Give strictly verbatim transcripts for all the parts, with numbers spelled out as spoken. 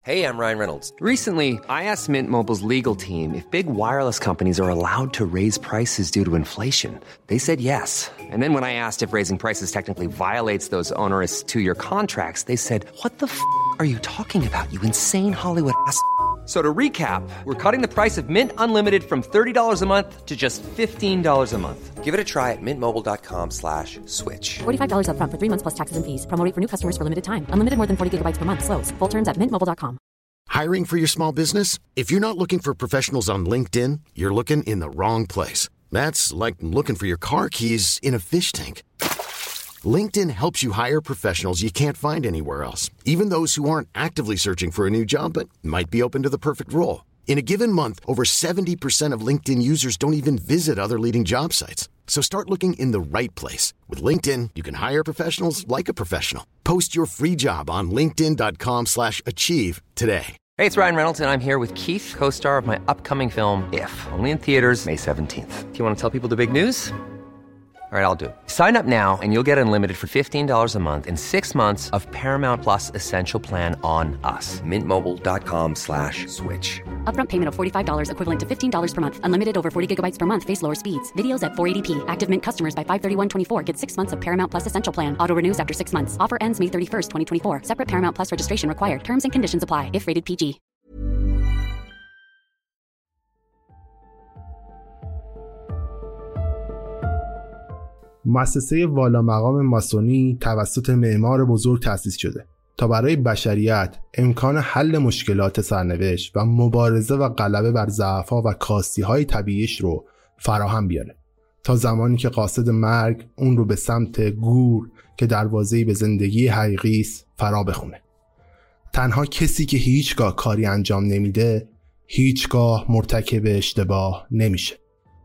Hey, I'm Ryan Reynolds. Recently, I asked Mint Mobile's legal team if big wireless companies are allowed to raise prices due to inflation. They said yes. And then when I asked if raising prices technically violates those onerous two-year contracts, they said, what the f*** are you talking about, you insane Hollywood ass f- So to recap, we're cutting the price of Mint Unlimited from thirty dollars a month to just fifteen dollars a month. Give it a try at mintmobile.com slash switch. forty-five dollars up front for three months plus taxes and fees. Promo rate for new customers for limited time. Unlimited more than forty gigabytes per month. Slows full terms at mint mobile dot com. Hiring for your small business? If you're not looking for professionals on LinkedIn, you're looking in the wrong place. That's like looking for your car keys in a fish tank. LinkedIn helps you hire professionals you can't find anywhere else, even those who aren't actively searching for a new job but might be open to the perfect role. In a given month, over seventy percent of LinkedIn users don't even visit other leading job sites. So start looking in the right place. With LinkedIn, you can hire professionals like a professional. Post your free job on linkedin.com slash achieve today. Hey, it's Ryan Reynolds, and I'm here with Keith, co-star of my upcoming film, If, only in theaters May seventeenth. Do you want to tell people the big news? All right, I'll do it. Sign up now and you'll get unlimited for fifteen dollars a month and six months of Paramount Plus Essential Plan on us. mintmobile.com slash switch. Upfront payment of forty-five dollars equivalent to fifteen dollars per month. Unlimited over forty gigabytes per month. Face lower speeds. Videos at four eighty p. Active Mint customers by five thirty-one twenty-four get six months of Paramount Plus Essential Plan. Auto renews after six months. Offer ends May thirty-first, twenty twenty-four. Separate Paramount Plus registration required. Terms and conditions apply if rated پی جی. مؤسسه والا مقام ماسونی توسط معمار بزرگ تأسیس شده تا برای بشریت امکان حل مشکلات سرنوشت و مبارزه و غلبه بر ضعف‌ها و کاستی‌های طبیعیش رو فراهم بیاره تا زمانی که قاصد مرگ اون رو به سمت گور که دروازه‌ای به زندگی حقیقی است فرا بخونه. تنها کسی که هیچگاه کاری انجام نمیده هیچگاه مرتکب اشتباه نمیشه.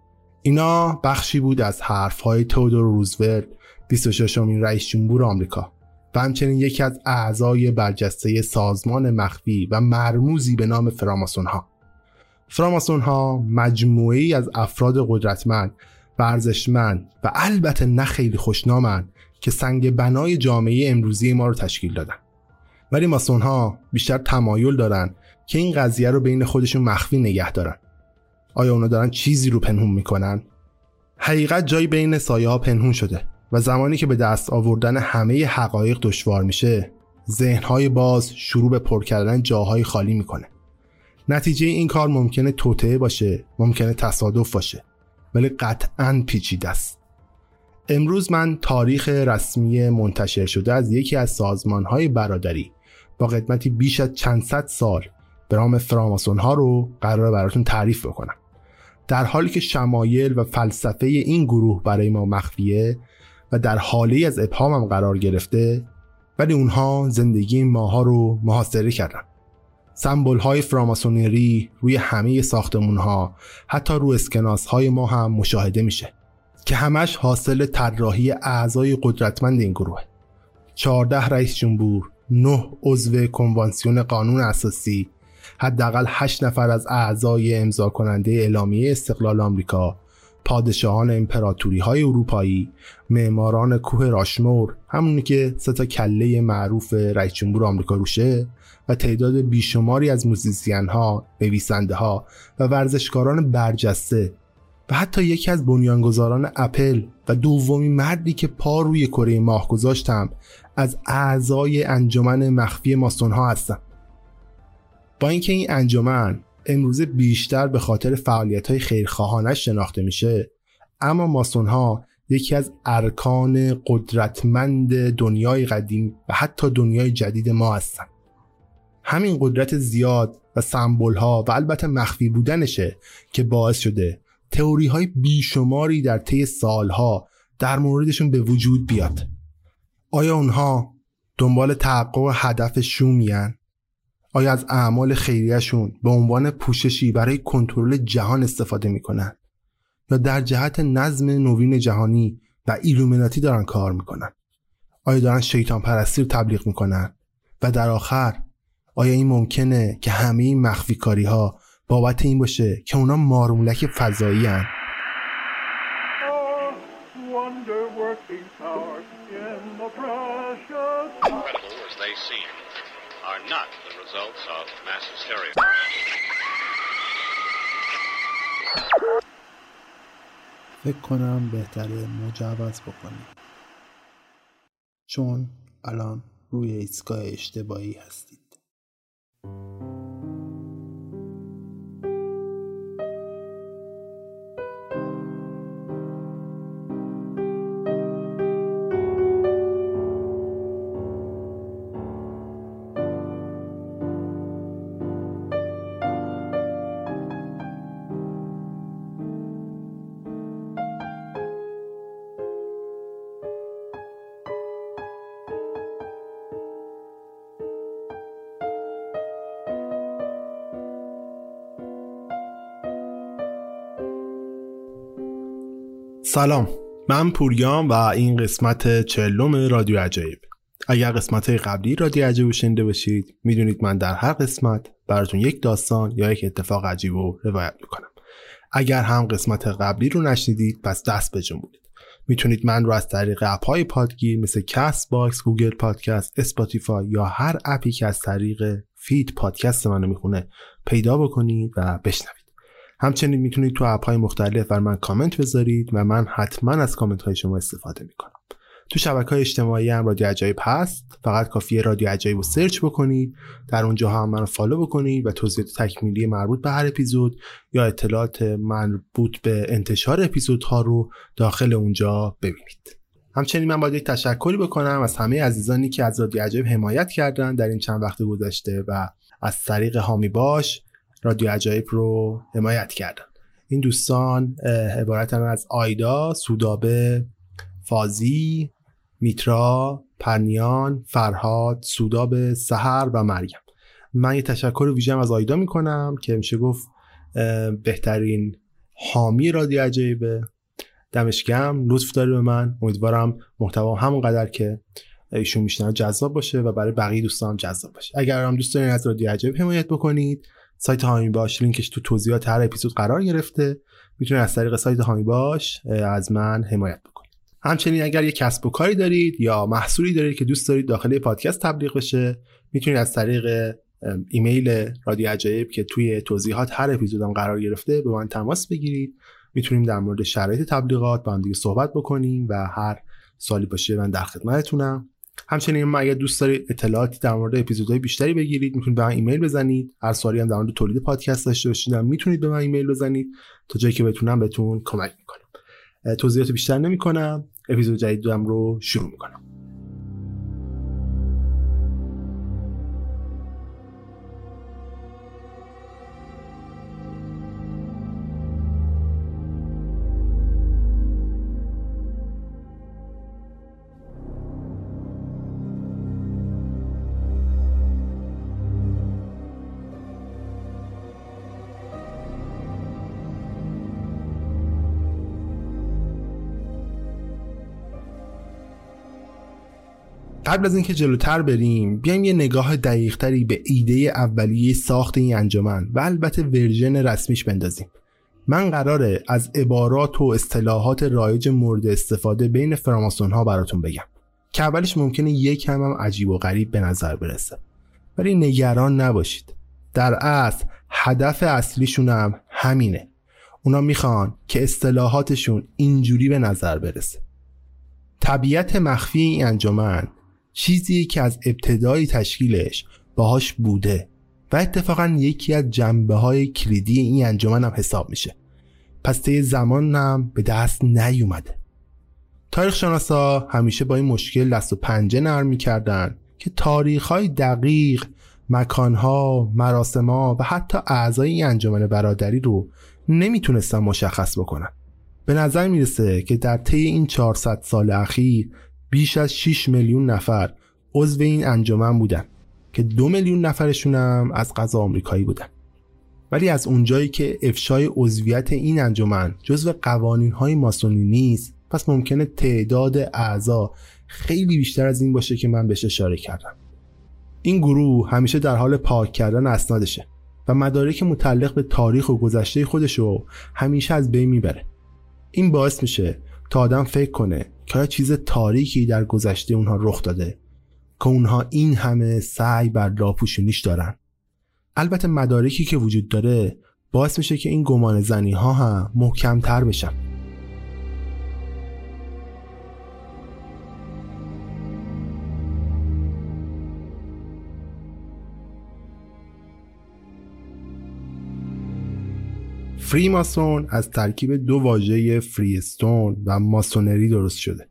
اینا بخشی بود از حرف‌های تئودور روزولت، بیست و ششمین رئیس جمهور آمریکا و همچنین یکی از اعضای برجسته سازمان مخفی و مرموزی به نام فراماسون‌ها. فراماسون‌ها مجموعه‌ای از افراد قدرتمند، ارزشمند و البته نه خیلی خوشنامند که سنگ بنای جامعه امروزی ما رو تشکیل دادن. ولی ماسون‌ها بیشتر تمایل دارن که این قضیه رو بین خودشون مخفی نگه دارن. آیا اونا دارن چیزی رو پنهون میکنن؟ حقیقت جایی بین سایه ها پنهون شده و زمانی که به دست آوردن همه حقایق دشوار میشه، ذهن‌های باز شروع به پر کردن جاهای خالی میکنه. نتیجه این کار ممکنه توطئه باشه، ممکنه تصادف باشه، ولی قطعاً پیچیده است. امروز من تاریخ رسمی منتشر شده از یکی از سازمان‌های برادری با قدمتی بیش از چند صد سال به نام فراماسون‌ها رو قراره براتون تعریف بکنم. در حالی که شمایل و فلسفه این گروه برای ما مخفیه و در حالی از ابهام هم قرار گرفته، ولی اونها زندگی ماها رو محاصره کردن. سمبول‌های فراماسونری روی همه ساختمون‌ها، حتی رو اسکناس‌های ما هم مشاهده میشه که همش حاصل طراحی اعضای قدرتمند این گروه. چهارده رئیس جمهور، نه عضو کنوانسیون قانون اساسی، حداقل هشت نفر از اعضای امضا کننده اعلامیه استقلال آمریکا، پادشاهان امپراتوری‌های اروپایی، معماران کوه راشمور، همونی که سه تا کله معروف رئیس جمهور آمریکا روشه، و تعداد بیشماری از موزیسین‌ها، نویسنده‌ها و ورزشکاران برجسته و حتی یکی از بنیانگذاران اپل و دومین مردی که پا روی کره ماه گذاشتم از اعضای انجمن مخفی ماسون‌ها هستن. با اینکه این انجمن امروزه بیشتر به خاطر فعالیت‌های خیرخواهانش شناخته میشه، اما ماسون‌ها یکی از ارکان قدرتمند دنیای قدیم و حتی دنیای جدید ما هستن. همین قدرت زیاد و سمبول‌ها و البته مخفی بودنشه که باعث شده تئوری‌های بیشماری در طی سالها در موردشون به وجود بیاد. آیا اونها دنبال تحقق هدف شومیان؟ آیا از اعمال خیریه‌شون به عنوان پوششی برای کنترل جهان استفاده میکنن؟ یا در جهت نظم نوین جهانی و ایلومیناتی دارن کار میکنن؟ آیا دارن شیطان پرستی رو تبلیغ میکنن؟ و در آخر آیا این ممکنه که همه این مخفی کاری ها بابت این باشه که اونا مارمولک فضایی هن؟ Incredible as they seem, our not the results of mass hysteria. فکر کنم بهتره مجوز بکنی، چون الان روی ایستگاه اشتباهی هستید. سلام، من پوریام و این قسمت چهلم رادیو عجایب. اگر قسمت قبلی رادیو عجایب شنیده باشید میدونید من در هر قسمت براتون یک داستان یا یک اتفاق عجیب رو روایت میکنم. اگر هم قسمت قبلی رو نشنیدید پس دست بجنبونید. میتونید من رو از طریق اپ‌های پادگیر مثل کست باکس، گوگل پادکست، اسپاتیفای یا هر اپی که از طریق فید پادکست منو میخونه پیدا بکنید و بشنوید. همچنین میتونید تو اپ‌های مختلف بر من کامنت بذارید و من حتما از کامنت‌های شما استفاده میکنم. تو شبکه‌های اجتماعی هم رادیو عجایب هست، فقط کافیه رادیو عجایب رو سرچ بکنید، در اونجا هم منو فالو بکنید و توضیحات تکمیلی مربوط به هر اپیزود یا اطلاعات مربوط به انتشار اپیزودها رو داخل اونجا ببینید. همچنین من باید یک تشکری بکنم از همه عزیزانی که از رادیو عجایب حمایت کردن در این چند وقت گذشته و از طریق حامی باش رادیو عجایب رو حمایت کردن. این دوستان عبارتن از آیدا، سودابه، فازی، میترا، پرنیان، فرهاد، سودابه، سحر و مریم. من یه تشکر ویژه‌ام از آیدا میکنم که میشه گفت بهترین حامی رادیو عجایبه. دمش گرم، لطف داره به من. امیدوارم محتوا همونقدر که ایشون میشنن جذاب باشه و برای بقیه دوستان جذاب باشه. اگر هم دوست دارین از رادیو عجایب حمایت بکنید، سایت حامی باش لینکش تو توضیحات هر اپیزود قرار گرفته، میتونید از طریق سایت حامی باش از من حمایت بکنید. همچنین اگر یک کسب و کاری دارید یا محصولی دارید که دوست دارید داخل پادکست تبلیغ بشه، میتونید از طریق ایمیل رادیو عجایب که توی توضیحات هر اپیزودم قرار گرفته به من تماس بگیرید. میتونیم در مورد شرایط تبلیغات با هم دیگه صحبت بکنیم و هر سوالی باشه من در خدمتتونم. همچنین اگه دوست دارید اطلاعاتی در مورد اپیزودهای بیشتری بگیرید، میتونید به من ایمیل بزنید. هر سوالی هم در مورد تولید پادکست داشته باشید میتونید به من ایمیل بزنید تا جایی که بتونم بهتون کمک میکنم. توضیحات بیشتر نمیکنم، اپیزود جدیدم رو شروع میکنم. قبل از اینکه جلوتر بریم بیایم یه نگاه دقیق‌تری به ایده اولیه ساخت این انجمن و البته ورژن رسمیش بندازیم. من قراره از عبارات و اصطلاحات رایج مورد استفاده بین فراماسون‌ها براتون بگم که اولش ممکنه یک هم, هم عجیب و غریب به نظر برسه، ولی نگران نباشید. در اصل هدف اصلیشون هم همینه. اونا میخوان که اصطلاحاتشون اینجوری به نظر برسه. طبیعت مخفی این انجمن چیزی که از ابتدای تشکیلش باهاش بوده و اتفاقا یکی از جنبه‌های کلیدی این انجمن هم حساب میشه. پس طی زمان هم به دست نیومده. تاریخ شناسا همیشه با این مشکل دست و پنجه نرم میکردن که تاریخ‌های دقیق، مکان‌ها، مراسم‌ها و حتی اعضای این انجمن برادری رو نمیتونستن مشخص بکنن. به نظر میرسه که در طی این چهارصد سال اخیر بیش از شش میلیون نفر عضو این انجمن بودن که دو میلیون نفرشون هم از قضا آمریکایی بودن. ولی از اونجایی که افشای عضویت این انجمن جزو قوانین‌های ماسونی نیست، پس ممکنه تعداد اعضا خیلی بیشتر از این باشه که من بهش اشاره کردم. این گروه همیشه در حال پاک کردن اسنادشه و مدارک متعلق به تاریخ و گذشته خودشو همیشه از بین میبره. این باعث میشه تا آدم فکر کنه که چیز تاریکی در گذشته اونها رخ داده که اونها این همه سعی بر لاپوشونیش دارن. البته مدارکی که وجود داره باعث میشه که این گمان زنی ها هم محکم‌تر بشن. فری ماسون از ترکیب دو واژه فریستون و ماسونری درست شده.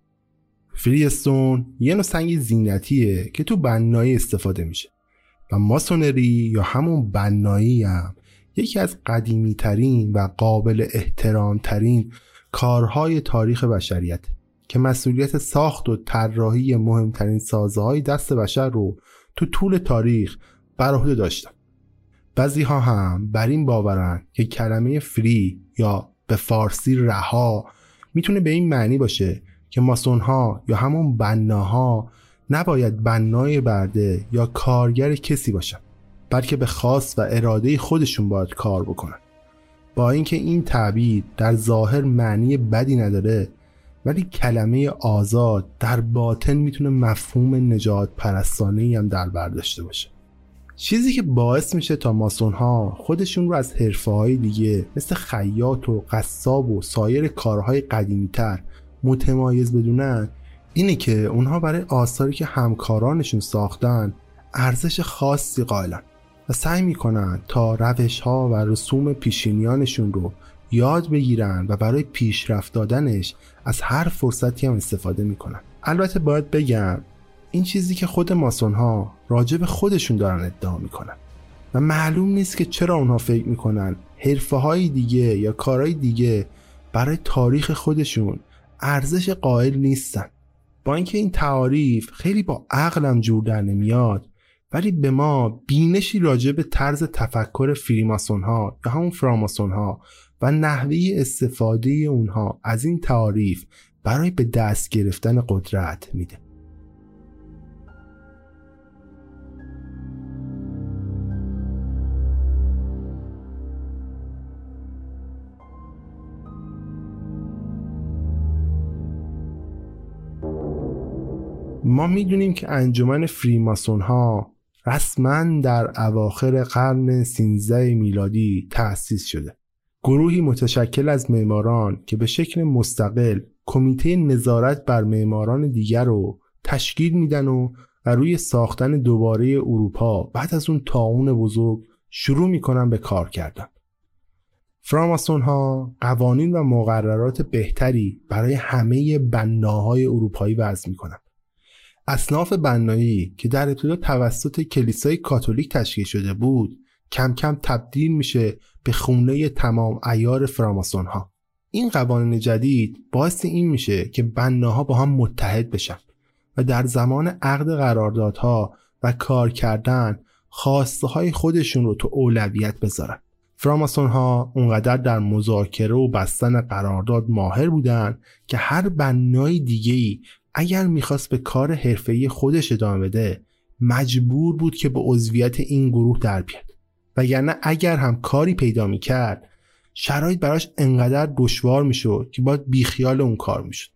فریستون یه نوع سنگ زینتیه که تو بنایی استفاده میشه و ماسونری یا همون بنایی هم یکی از قدیمی ترین و قابل احترام ترین کارهای تاریخ بشریت که مسئولیت ساخت و طراحی مهمترین سازه‌های دست بشر رو تو طول تاریخ بر عهده داشتن. بعضی ها هم بر این باورن که کلمه فری یا به فارسی رها میتونه به این معنی باشه که ماسون ها یا همون بناها نباید بنای برده یا کارگر کسی باشن، بلکه به خواست و اراده خودشون باید کار بکنن. با اینکه این تعبیر در ظاهر معنی بدی نداره، ولی کلمه آزاد در باطن میتونه مفهوم نجات پرستانه‌ای هم در بر داشته باشه. چیزی که باعث میشه تا ماسون ها خودشون رو از حرفه‌های دیگه مثل خیاط و قصاب و سایر کارهای قدیمی‌تر متمایز بدونن اینه که اونها برای آثاری که همکارانشون ساختن ارزش خاصی قائلن و سعی میکنن تا روش‌ها و رسوم پیشینیانشون رو یاد بگیرن و برای پیشرفت دادنش از هر فرصتی هم استفاده میکنن. البته باید بگم این چیزی که خود ماسون ها راجع به خودشون دارن ادعا میکنن و معلوم نیست که چرا اونها فکر میکنن حرفه های دیگه یا کارهای دیگه برای تاریخ خودشون ارزش قائل نیستن. با اینکه این تعاریف خیلی با عقلم جور در نمیاد، ولی به ما بینشی راجع به طرز تفکر فریماسون ها یا همون فراماسون ها و نحوه استفاده اونها از این تعاریف برای به دست گرفتن قدرت میده. ما میدونیم که انجمن فریماسون ها رسما در اواخر قرن سیزدهم میلادی تأسیس شده. گروهی متشکل از معماران که به شکل مستقل کمیته نظارت بر معماران دیگر رو تشکیل میدن و, و روی ساختن دوباره اروپا بعد از اون طاعون بزرگ شروع میکنن به کار کردن. فراماسون ها قوانین و مقررات بهتری برای همه بناهای اروپایی وضع میکنن. اصناف بنایی که در ابتدا توسط کلیسای کاتولیک تشکیل شده بود کم کم تبدیل میشه به خونه تمام عیار فراماسون ها. این قوانین جدید باعث این میشه که بناها با هم متحد بشن و در زمان عقد قراردادها و کار کردن خواسته های خودشون رو تو اولویت بذارن. فراماسون ها اونقدر در مذاکره و بستن قرارداد ماهر بودن که هر بنای دیگه‌ای اگر میخواست به کار حرفه‌ای خودش ادامه بده مجبور بود که به عضویت این گروه در بیاد، وگرنه اگر هم کاری پیدا میکرد شرایط براش انقدر دشوار میشد که باید بیخیال اون کار میشد.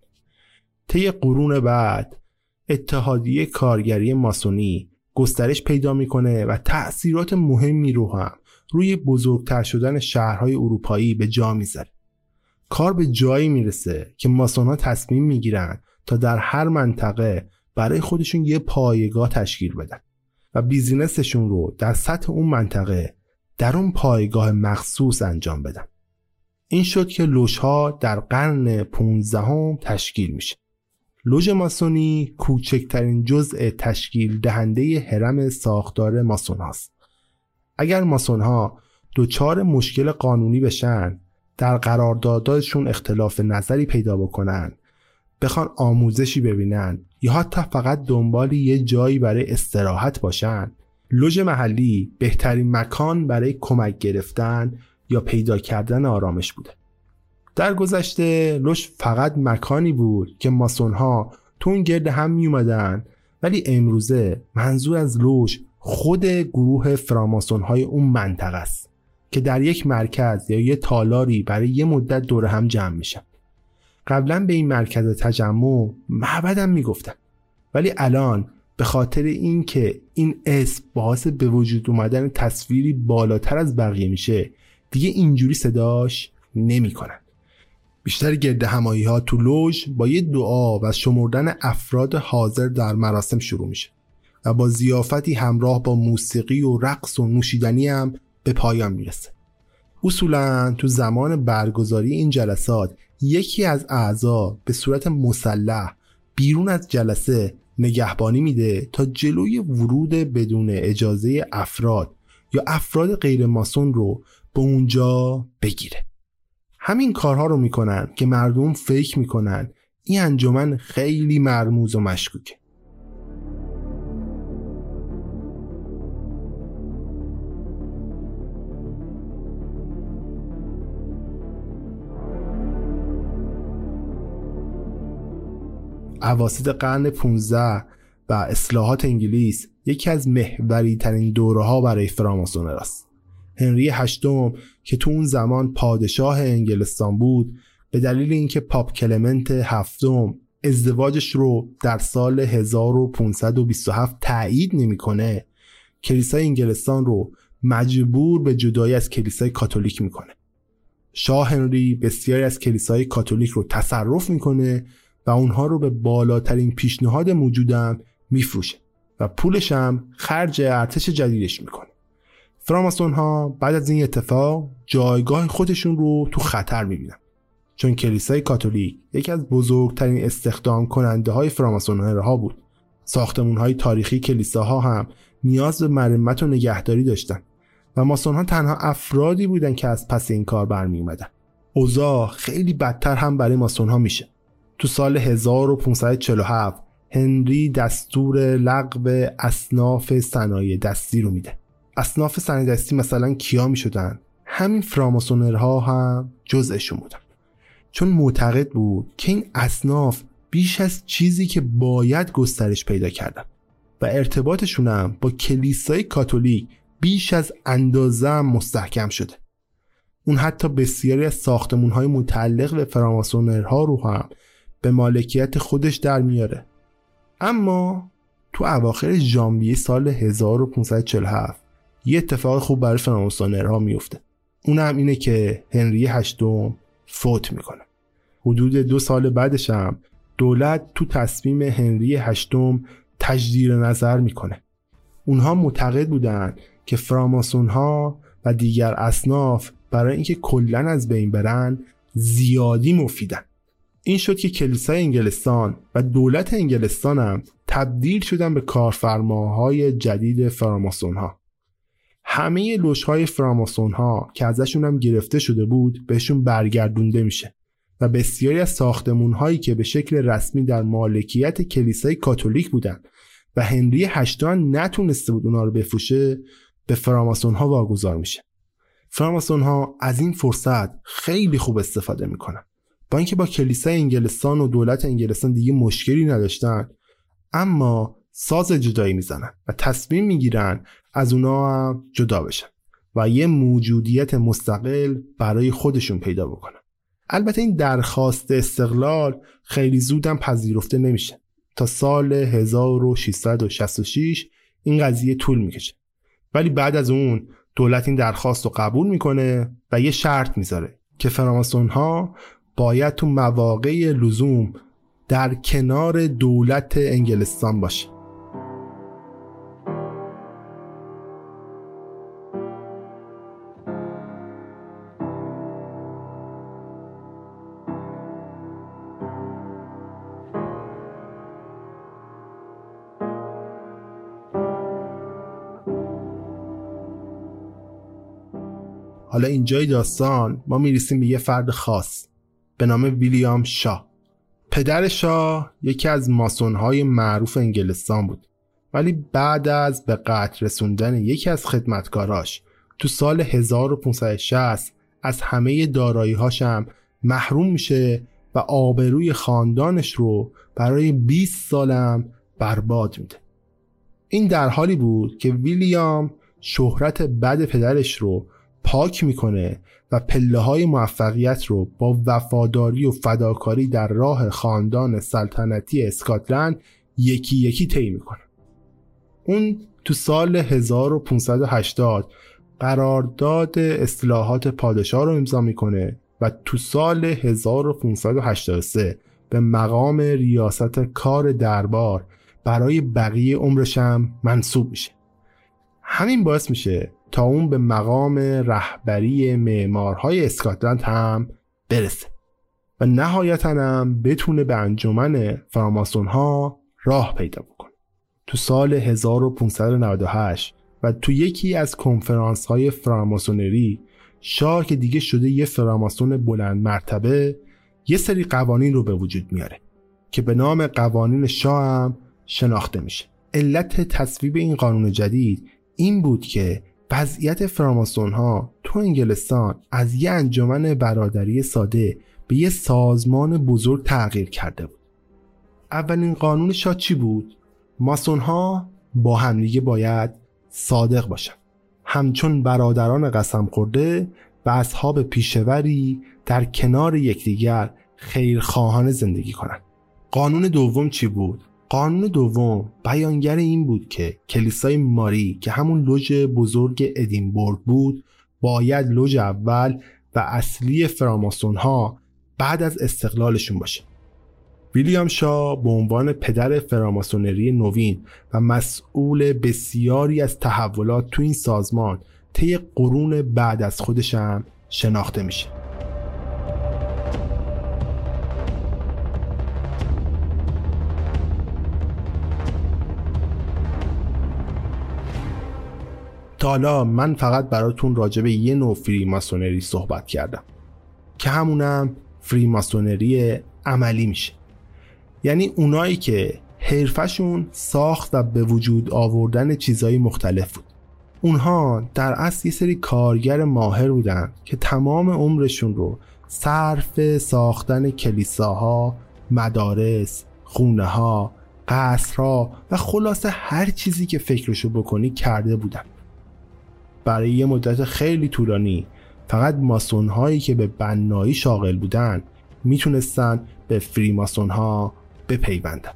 طی قرون بعد اتحادیه کارگری ماسونی گسترش پیدا میکنه و تأثیرات مهمی رو هم روی بزرگتر شدن شهرهای اروپایی به جا میذاره. کار به جایی میرسه که ماسون‌ها تصمیم میگیرن تا در هر منطقه برای خودشون یه پایگاه تشکیل بدن و بیزینسشون رو در سطح اون منطقه در اون پایگاه مخصوص انجام بدن. این شد که لوژها در قرن پانزدهم تشکیل میشه. لوژ ماسونی کوچکترین جزء تشکیل دهنده هرم ساختار ماسون هاست. اگر ماسون ها دوچار مشکل قانونی بشن، در قراردادشون اختلاف نظری پیدا بکنن، بخوان آموزشی ببینن یا حتی فقط دنبال یه جایی برای استراحت باشن، لوژ محلی بهترین مکان برای کمک گرفتن یا پیدا کردن آرامش بوده. در گذشته لوژ فقط مکانی بود که ماسون ها تو اون گرد هم می اومدن، ولی امروزه منظور از لوژ خود گروه فراماسون های اون منطقه است که در یک مرکز یا یه تالاری برای یه مدت دور هم جمع میشن. قبلا به این مرکز تجمع معبد هم میگفتن، ولی الان به خاطر اینکه این اسم باعث به وجود اومدن تصویری بالاتر از بقیه میشه دیگه اینجوری صداش نمی کنن. بیشتر گرد همایی ها تو لوژ با یه دعا و شمردن افراد حاضر در مراسم شروع میشه و با ضیافتی همراه با موسیقی و رقص و نوشیدنی هم به پایان میرسه. اصولاً تو زمان برگزاری این جلسات یکی از اعضا به صورت مسلح بیرون از جلسه نگهبانی میده تا جلوی ورود بدون اجازه افراد یا افراد غیر ماسون رو به اونجا بگیره. همین کارها رو میکنن که مردم فکر میکنن این انجمن خیلی مرموز و مشکوکه. اواسط قرن پانزده و اصلاحات انگلیس یکی از محوری ترین دوره ها برای فراماسونری است. هنری هشتم که تو اون زمان پادشاه انگلستان بود، به دلیل اینکه پاپ کلمنت هفتم ازدواجش رو در سال هزار و پانصد و بیست و هفت تایید نمیکنه، کلیسای انگلستان رو مجبور به جدایی از کلیسای کاتولیک میکنه. شاه هنری بسیاری از کلیسای کاتولیک رو تصرف میکنه و اونها رو به بالاترین پیشنهاد موجودم میفروشه و پولش هم خرج ارتش جدیدش میکنه. فراماسون ها بعد از این اتفاق جایگاه خودشون رو تو خطر میبینن، چون کلیسای کاتولیک یکی از بزرگترین استخدام کننده های فراماسونری ها بود. ساختمون های تاریخی کلیساها هم نیاز به مرمت و نگهداری داشتن و ماسون ها تنها افرادی بودن که از پس این کار برمی اومدن. اوضاع خیلی بدتر هم برای ماسون ها میشه. تو سال هزار و پانصد و چهل و هفت هنری دستور لغو اصناف صنایع دستی رو میده. اصناف صنایع دستی مثلا کیا میشدن؟ همین فراماسونرها هم جزءشون بودن، چون معتقد بود که این اصناف بیش از چیزی که باید گسترش پیدا کردن و ارتباطشون هم با کلیسای کاتولیک بیش از اندازه مستحکم شده. اون حتی بسیاری از ساختمون‌های متعلق به فراماسونرها رو هم به مالکیت خودش در میاره. اما تو اواخر ژانویه سال هزار و پانصد و چهل و هفت یه اتفاق خوب برای فراماسونرها میفته. اونم اینه که هنری هشتم فوت میکنه. حدود دو سال بعدش هم دولت تو تصمیم هنری هشتم تجدید نظر میکنه. اونها معتقد بودن که فراماسونها و دیگر اصناف برای اینکه کلن از بین برن زیادی مفیدن. این شد که کلیسای انگلستان و دولت انگلستان هم تبدیل شدن به کارفرماهای جدید فراماسونها. همه لوژهای فراماسونها که ازشون هم گرفته شده بود بهشون برگردونده میشه و بسیاری از ساختمونهایی که به شکل رسمی در مالکیت کلیسای کاتولیک بودن و هنری هشتم نتونسته بود اونا رو بفروشه به فراماسونها واگذار میشه. فراماسونها از این فرصت خیلی خوب استفاده میکنن. با اینکه با کلیسای انگلستان و دولت انگلستان دیگه مشکلی نداشتن، اما ساز جدایی میزنن و تصمیم میگیرن از اونا هم جدا بشن و یه موجودیت مستقل برای خودشون پیدا بکنن. البته این درخواست استقلال خیلی زودم پذیرفته نمیشه. تا سال هزار و ششصد و شصت و شش این قضیه طول میکشه، ولی بعد از اون دولت این درخواست رو قبول میکنه و یه شرط میذاره که فراماسونها باید تو مواقع لزوم در کنار دولت انگلستان باشه. حالا اینجای داستان ما میرسیم به یه فرد خاص به نام ویلیام شاه. پدر شاه یکی از ماسونهای معروف انگلستان بود، ولی بعد از به قتل رسوندن یکی از خدمتکاراش تو سال هزار و پانصد و شصت از همه دارایی‌هاش هم محروم میشه و آبروی خاندانش رو برای بیست سالم برباد میده. این در حالی بود که ویلیام شهرت بد پدرش رو پاک میکنه و پله‌های موفقیت رو با وفاداری و فداکاری در راه خاندان سلطنتی اسکاتلند یکی یکی طی میکنه. اون تو سال هزار و پانصد و هشتاد قرارداد اصلاحات پادشاه رو امضا میکنه و تو سال هزار و پانصد و هشتاد و سه به مقام ریاست کار دربار برای بقیه عمرش هم منصوب میشه. همین باعث میشه تا اون به مقام رهبری معمارهای اسکاتلند هم برسه و نهایتاً هم بتونه به انجمن فراماسون ها راه پیدا بکنه. تو سال هزار و پانصد و نود و هشت و تو یکی از کنفرانس های فراماسونری، شاه که دیگه شده یه فراماسون بلند مرتبه، یه سری قوانین رو به وجود میاره که به نام قوانین شاه هم شناخته میشه. علت تصویب این قانون جدید این بود که وضعیت فراماسون ها تو انگلستان از یه انجمن برادری ساده به یه سازمان بزرگ تغییر کرده بود. اولین قانون شاه چی بود؟ ماسون ها با همدیگه باید صادق باشن، همچون برادران قسم خورده و اصحاب پیشوری در کنار یکدیگر خیرخواهانه زندگی کنند. قانون دوم چی بود؟ قانون دوم بیانگر این بود که کلیسای ماری که همون لوژ بزرگ ادینبورگ بود باید لوژ اول و اصلی فراماسون ها بعد از استقلالشون باشه. ویلیام شاه به عنوان پدر فراماسونری نوین و مسئول بسیاری از تحولات تو این سازمان طی قرون بعد از خودش هم شناخته میشه. تا حالا من فقط براتون راجع به یه نوع فریماسونری صحبت کردم که همونم فریماسونری عملی میشه. یعنی اونایی که حرفشون ساخت و به وجود آوردن چیزهای مختلف بود. اونها در اصل یه سری کارگر ماهر بودن که تمام عمرشون رو صرف ساختن کلیساها، مدارس، خونه‌ها، قصرها و خلاصه هر چیزی که فکرشو بکنی کرده بودن. برای یه مدت خیلی طولانی فقط ماسون هایی که به بنایی شاغل بودن میتونستن به فریماسون ها بپیوندن.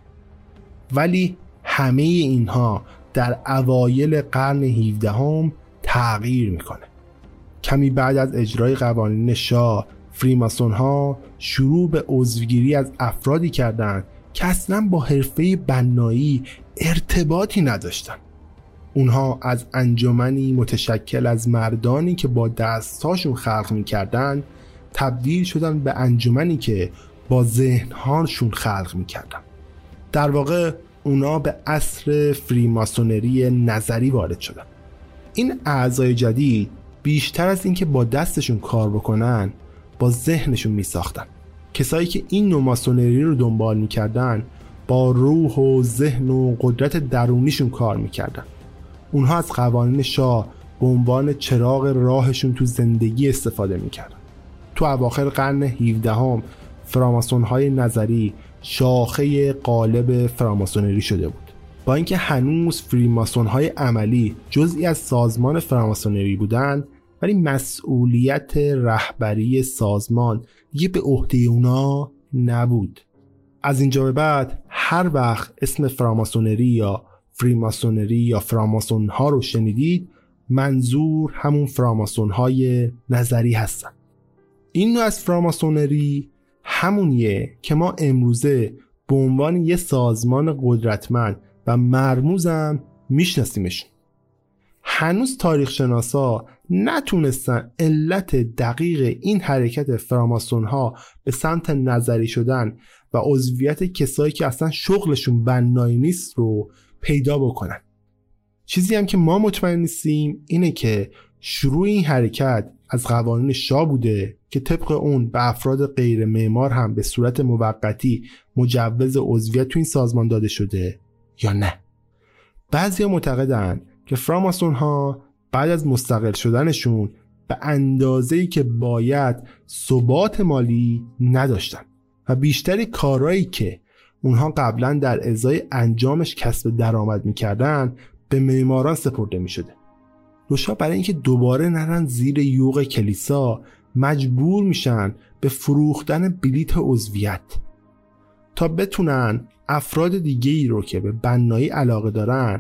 ولی همه اینها در اوایل قرن هفدهم تغییر میکنه. کمی بعد از اجرای قوانین شاه، فریماسون ها شروع به عضوگیری از افرادی کردند که اصلا با حرفه بنایی ارتباطی نداشتن. اونها از انجمنی متشکل از مردانی که با دستاشون خلق میکردن تبدیل شدن به انجمنی که با ذهنهاشون خلق میکردن. در واقع اونا به عصر فریماسونری نظری وارد شدن. این اعضای جدید بیشتر از اینکه با دستشون کار بکنن با ذهنشون میساختن. کسایی که این نوع ماسونری رو دنبال میکردن با روح و ذهن و قدرت درونیشون کار میکردن. اونها از قوانین شاه به عنوان چراغ راهشون تو زندگی استفاده میکردن. تو اواخر قرن هفدهم فراماسون های نظری شاخه غالب فراماسونری شده بود. با اینکه هنوز فریماسون های عملی جزئی از سازمان فراماسونری بودن، ولی مسئولیت رهبری سازمان دیگه به عهده اونا نبود. از اینجا به بعد هر وقت اسم فراماسونری یا فریماسونری یا فراماسون ها رو شنیدید، منظور همون فراماسون های نظری هستن. این نوع از فراماسونری همونیه که ما امروزه به عنوان یه سازمان قدرتمند و مرموزم میشناسیمشون. هنوز تاریخ شناسا نتونستن علت دقیق این حرکت فراماسون ها به سمت نظری شدن و عضویت کسایی که اصلا شغلشون بنایی نیست رو پیدا بکنن. چیزی هم که ما مطمئن نیستیم اینه که شروع این حرکت از قوانین شاه بوده که طبق اون به افراد غیر معمار هم به صورت موقتی مجوز عضویت تو این سازمان داده شده یا نه. بعضیا معتقدن که فراماسون ها بعد از مستقل شدنشون به اندازه‌ای که باید ثبات مالی نداشتن و بیشتری کارهایی که اونها قبلا در ازای انجامش کسب درآمد میکردن به معماران سپرده میشده. دوشا برای اینکه دوباره نرن زیر یوغ کلیسا مجبور میشن به فروختن بلیت عضویت تا بتونن افراد دیگه‌ای رو که به بنایی علاقه دارن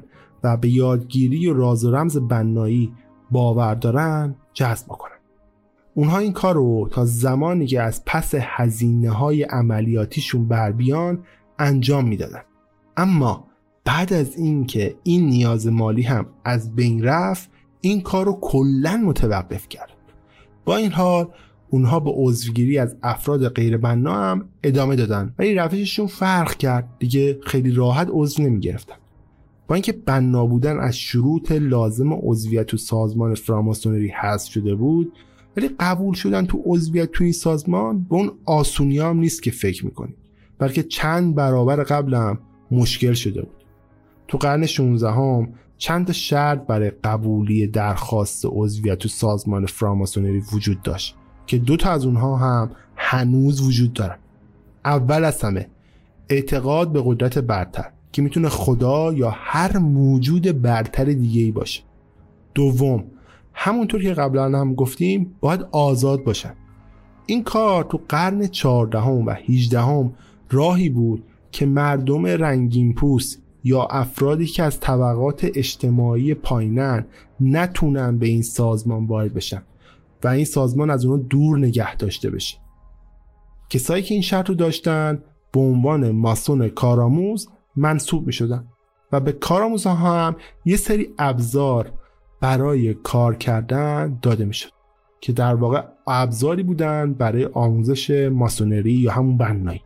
و به یادگیری و راز و رمز بنایی باور دارن جذب کنن. اونها این کار رو تا زمانی که از پس هزینه‌های عملیاتیشون بر بیان انجام میدادن. اما بعد از این که این نیاز مالی هم از بین رفت، این کار رو کلاً متوقف کرد. با این حال اونها به عضوگیری از افراد غیر بنا هم ادامه دادن، ولی روششون فرق کرد. دیگه خیلی راحت عضو نمی گرفتن. با اینکه بنا بودن از شروط لازم عضویت تو سازمان فراماسونری حذف شده بود، ولی قبول شدن تو عضویت توی سازمان به اون آسونی هم نیست که فکر میکنید، بلکه چند برابر قبل هم مشکل شده بود. تو قرن شانزدهم هم چند تا شرط برای قبولی درخواست عضویت تو سازمان فراماسونری وجود داشت که دو تا از اونها هم هنوز وجود دارن. اول از همه اعتقاد به قدرت برتر که میتونه خدا یا هر موجود برتر دیگه‌ای باشه. دوم، همونطور که قبلا هم گفتیم، باید آزاد باشن. این کار تو قرن چهاردهم و هجدهم راهی بود که مردم رنگین پوست یا افرادی که از طبقات اجتماعی پایینن نتونن به این سازمان وارد بشن و این سازمان از اونها دور نگه داشته بشه. کسایی که این شرط رو داشتن به عنوان ماسون کارآموز منصوب می شدن و به کارآموزها هم یه سری ابزار برای کار کردن داده می شد که در واقع ابزاری بودن برای آموزش ماسونری یا همون بنایی.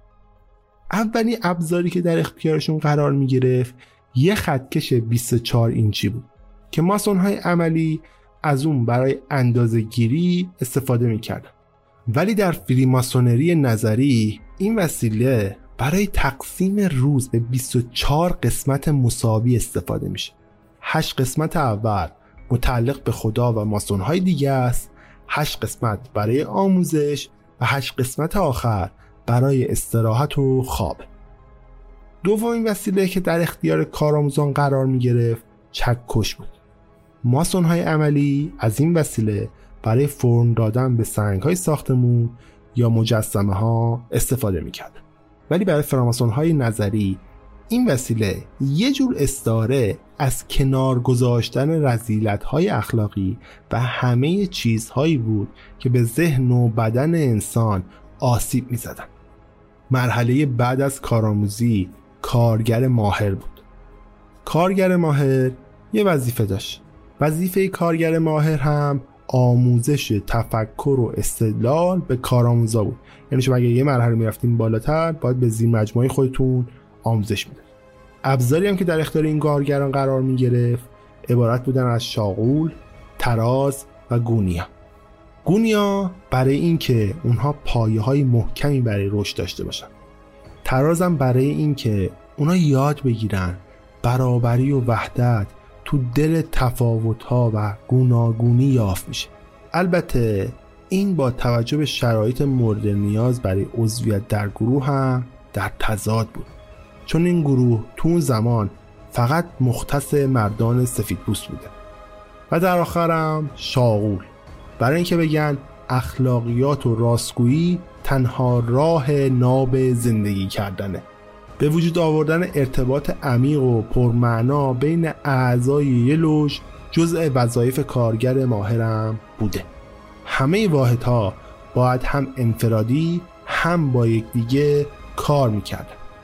اولین ابزاری که در اختیارشون قرار می گرفت یه خطکش بیست و چهار اینچی بود که ماسون‌های عملی از اون برای اندازه‌گیری استفاده می کردن. ولی در فریماسونری نظری این وسیله برای تقسیم روز به بیست و چهار قسمت مساوی استفاده میشه. هشت قسمت اول متعلق به خدا و ماسون‌های دیگه است، هشت قسمت برای آموزش و هشت قسمت آخر برای استراحت و خواب. دومین وسیله که در اختیار کارآموزان قرار می گرفت چکش بود. ماسون‌های عملی از این وسیله برای فرم دادن به سنگ‌های ساختمون یا مجسمه ها استفاده می کردن. ولی برای فراماسون‌های نظری این وسیله یه جور استعاره از کنار گذاشتن رذیلت‌های اخلاقی و همه چیزهایی بود که به ذهن و بدن انسان آسیب می‌زدن. مرحله بعد از کارآموزی کارگر ماهر بود. کارگر ماهر یه وظیفه داشت. وظیفه کارگر ماهر هم آموزش تفکر و استدلال به کارآموزا بود. یعنی شما اگه یه مرحله میرفتین بالاتر باید به زیر مجموعه خودتون آموزش میدن. ابزاری هم که در اختیار این کارگران قرار میگرفت عبارت بودن از شاغول، تراز و گونیا. گونیا برای این که اونها پایه های محکمی برای رشد داشته باشن. تراز هم برای این که اونها یاد بگیرن برابری و وحدت تو دل تفاوت‌ها و گوناگونی یافت میشه. البته این با توجه به شرایط مورد نیاز برای عضویت در گروه هم در تضاد بود، چون این گروه تو اون زمان فقط مختص مردان سفیدپوست بوده. و در آخرم شاغول، برای اینکه بگن اخلاقیات و راستگویی تنها راه ناب زندگی کردنه. به وجود آوردن ارتباط عمیق و پرمعنا بین اعضای یه لوژ جزء وظایف کارگر ماهرم بوده. همه واحدها باید هم انفرادی هم با یکدیگه کار میکردن.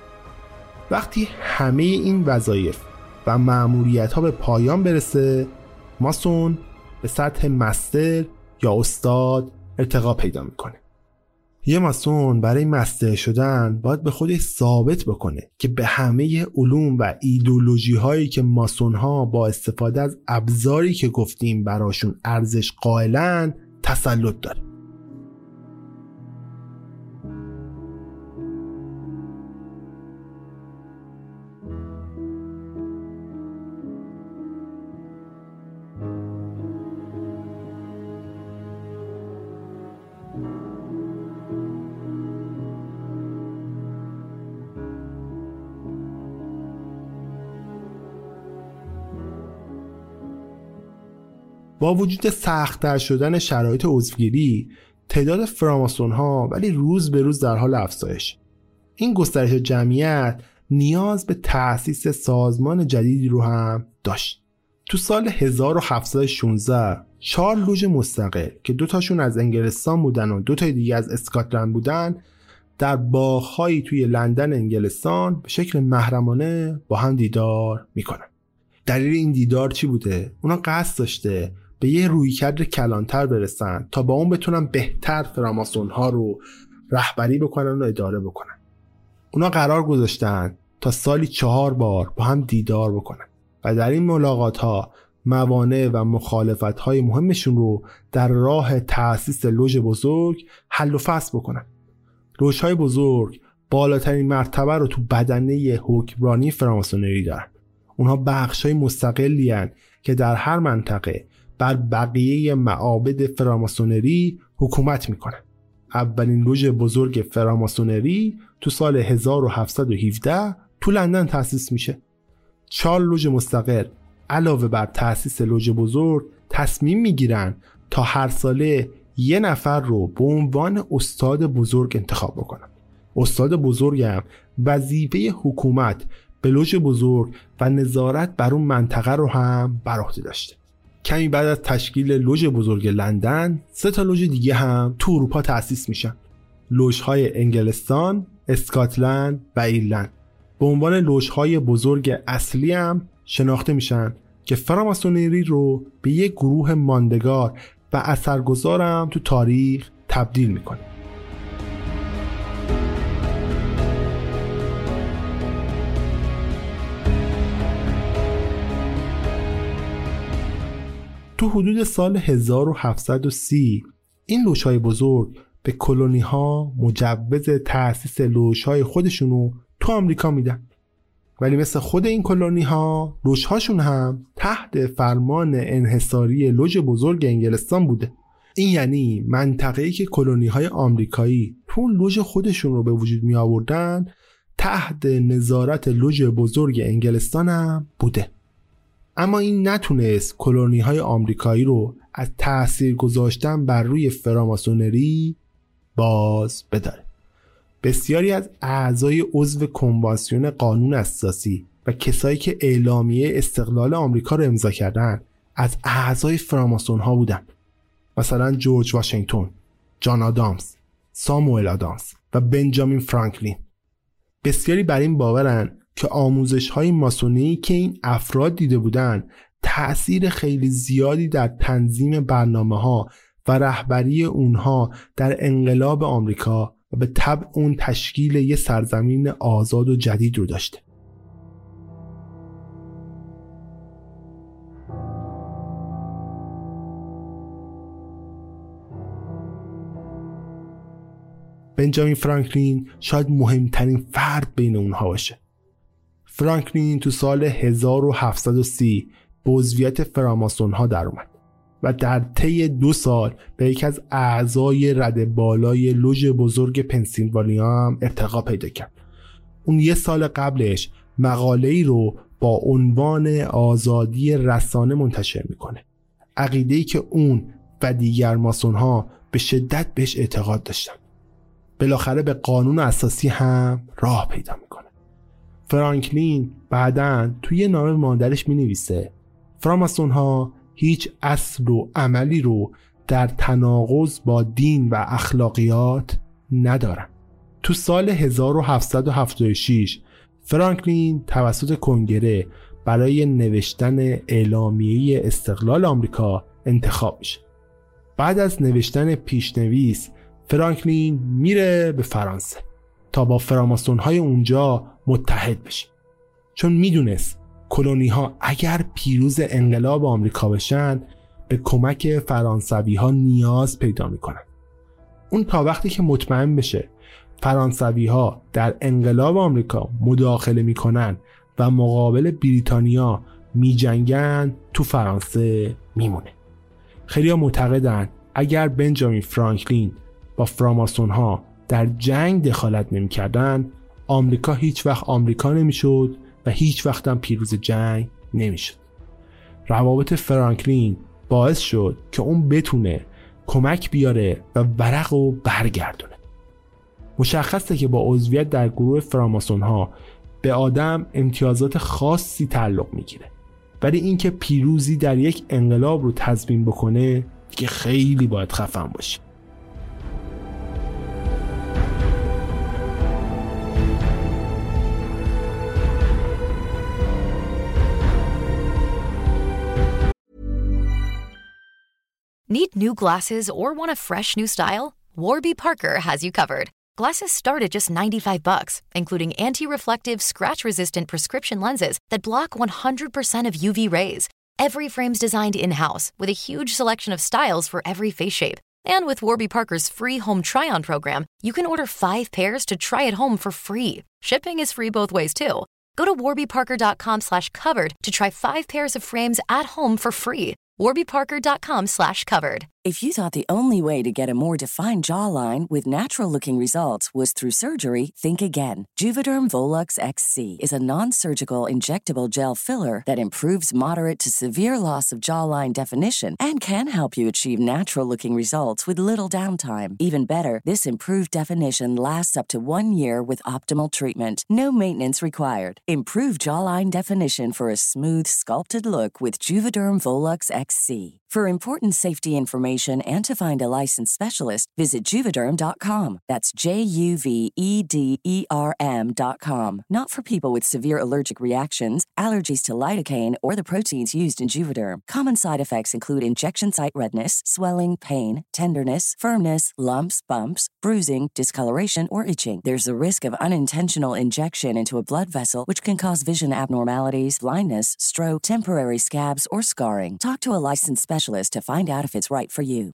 وقتی همه این وظایف و مأموریت‌ها به پایان برسه، ماسون به سطح مستر یا استاد ارتقا پیدا میکنه. یه ماسون برای مستر شدن باید به خودش ثابت بکنه که به همه علوم و ایدئولوژی هایی که ماسون ها با استفاده از ابزاری که گفتیم براشون ارزش قائلن تسلط داره. با وجود سخت‌تر شدن شرایط عضوگیری، تعداد فراماسون ها ولی روز به روز در حال افزایش. این گسترش جمعیت نیاز به تأسیس سازمان جدیدی رو هم داشت. تو سال هزار و هفتصد و شانزده چهار لوژ مستقل که دوتاشون از انگلستان بودن و دوتای دیگه از اسکاتلند بودن در باغ‌هایی توی لندن انگلستان به شکل محرمانه با هم دیدار میکنن. دلیل این دیدار چی بوده؟ اونا قصد داشته به یه رویکرد کلانتر برسن تا با اون بتونن بهتر فراماسون ها رو رهبری بکنن و اداره بکنن. اونا قرار گذاشتن تا سالی چهار بار با هم دیدار بکنن و در این ملاقات ها موانع و مخالفت های مهمشون رو در راه تأسیس لوژ بزرگ حل و فصل بکنن. لوژ های بزرگ بالاترین مرتبه رو تو بدنه حکمرانی فراماسونری دارن. اونها بخش های مستقلی هن که در هر منطقه بر بقیه معابد فراماسونری حکومت میکنن. اولین لوژ بزرگ فراماسونری تو سال هزار و هفتصد و هفده تو لندن تأسیس میشه. چهار لوژ مستقل علاوه بر تأسیس لوژ بزرگ تصمیم میگیرن تا هر ساله یه نفر رو به عنوان استاد بزرگ انتخاب بکنن. استاد بزرگ هم وظیفه حکومت به لوژ بزرگ و نظارت بر اون منطقه رو هم بر عهده داشته. کمی بعد از تشکیل لوژ بزرگ لندن، سه تا لوژ دیگه هم تو اروپا تأسیس میشن. لوژهای انگلستان، اسکاتلند و ایرلند به عنوان لوژهای بزرگ اصلی هم شناخته میشن که فراماسونری رو به یک گروه ماندگار و اثرگذار هم تو تاریخ تبدیل میکنه. تو حدود سال هزار و هفتصد و سی این لوژهای بزرگ به کلونی ها مجوز تأسیس لوژهای خودشونو تو آمریکا میدن. ولی مثل خود این کلونی ها لوژهاشون هم تحت فرمان انحصاری لوژ بزرگ انگلستان بوده. این یعنی منطقه‌ای که کلونی های آمریکایی تو لوژ خودشون رو به وجود می آوردن تحت نظارت لوژ بزرگ انگلستان هم بوده. اما این نتونست کلونی های آمریکایی رو از تأثیر گذاشتن بر روی فراماسونری باز بداره. بسیاری از اعضای عضو کنوانسیون قانون اساسی و کسایی که اعلامیه استقلال آمریکا رو امضا کردن از اعضای فراماسون ها بودن. مثلا جورج واشنگتن، جان آدامز، ساموئل آدامز و بنجامین فرانکلین. بسیاری بر این باورن که آموزش های ماسونی که این افراد دیده بودن تأثیر خیلی زیادی در تنظیم برنامه ها و رهبری اونها در انقلاب آمریکا و به طبع اون تشکیل یه سرزمین آزاد و جدید رو داشته. بنجامین فرانکلین شاید مهمترین فرد بین اونها باشه. فرانکلین تو سال هزار و هفتصد و سی به عضویت فراماسون ها در اومد و در طی دو سال به یکی از اعضای رده بالای لوژ بزرگ پنسیلوانیا هم ارتقا پیدا کرد. اون یه سال قبلش مقاله‌ای رو با عنوان آزادی رسانه منتشر میکنه. عقیده‌ای که اون و دیگر ماسون ها به شدت بهش اعتقاد داشتن. بالاخره به قانون اساسی هم راه پیدا میکنه. فرانکلین بعداً توی نامه مادرش می نویسه فراماسون ها هیچ اصل و عملی رو در تناقض با دین و اخلاقیات ندارن. تو سال هزار و هفتصد و هفتاد و شش فرانکلین توسط کنگره برای نوشتن اعلامیه استقلال آمریکا انتخاب میشه. بعد از نوشتن پیشنویس فرانکلین میره به فرانسه تا با فراماسون های اونجا متحد بشه، چون میدونست کلونی ها اگر پیروز انقلاب آمریکا بشن به کمک فرانسوی ها نیاز پیدا میکنن. اون تا وقتی که مطمئن بشه فرانسوی ها در انقلاب آمریکا مداخله میکنن و مقابل بریتانیا میجنگن تو فرانسه میمونه. خیلی ها معتقدن اگر بنجامین فرانکلین با فراماسون ها در جنگ دخالت نمی کردن آمریکا هیچ وقت آمریکا نمی شد و هیچ وقت هم پیروز جنگ نمی شد. روابط فرانکلین باعث شد که اون بتونه کمک بیاره و ورق رو برگردونه. مشخصه که با عضویت در گروه فراماسون ها به آدم امتیازات خاصی تعلق میگیره، ولی اینکه پیروزی در یک انقلاب رو تضمین بکنه دیگه خیلی باید خفن باشه. Need new glasses or want a fresh new style? Warby Parker has you covered. Glasses start at just ninety-five bucks, including anti-reflective, scratch-resistant prescription lenses that block one hundred percent of U V rays. Every frame's designed in-house with a huge selection of styles for every face shape. And with Warby Parker's free home try-on program, you can order five pairs to try at home for free. Shipping is free both ways, too. Go to warbyparker.com slash covered to try five pairs of frames at home for free. warbyparker.com slash covered. If you thought the only way to get a more defined jawline with natural-looking results was through surgery, think again. Juvederm Volux X C is a non-surgical injectable gel filler that improves moderate to severe loss of jawline definition and can help you achieve natural-looking results with little downtime. Even better, this improved definition lasts up to one year with optimal treatment. No maintenance required. Improve jawline definition for a smooth, sculpted look with Juvederm Volux X C. For important safety information and to find a licensed specialist, visit juvederm dot com. That's J U V E D E R M dot com. Not for people with severe allergic reactions, allergies to lidocaine, or the proteins used in Juvederm. Common side effects include injection site redness, swelling, pain, tenderness, firmness, lumps, bumps, bruising, discoloration, or itching. There's a risk of unintentional injection into a blood vessel, which can cause vision abnormalities, blindness, stroke, temporary scabs, or scarring. Talk to a licensed specialist to find out if it's right for you.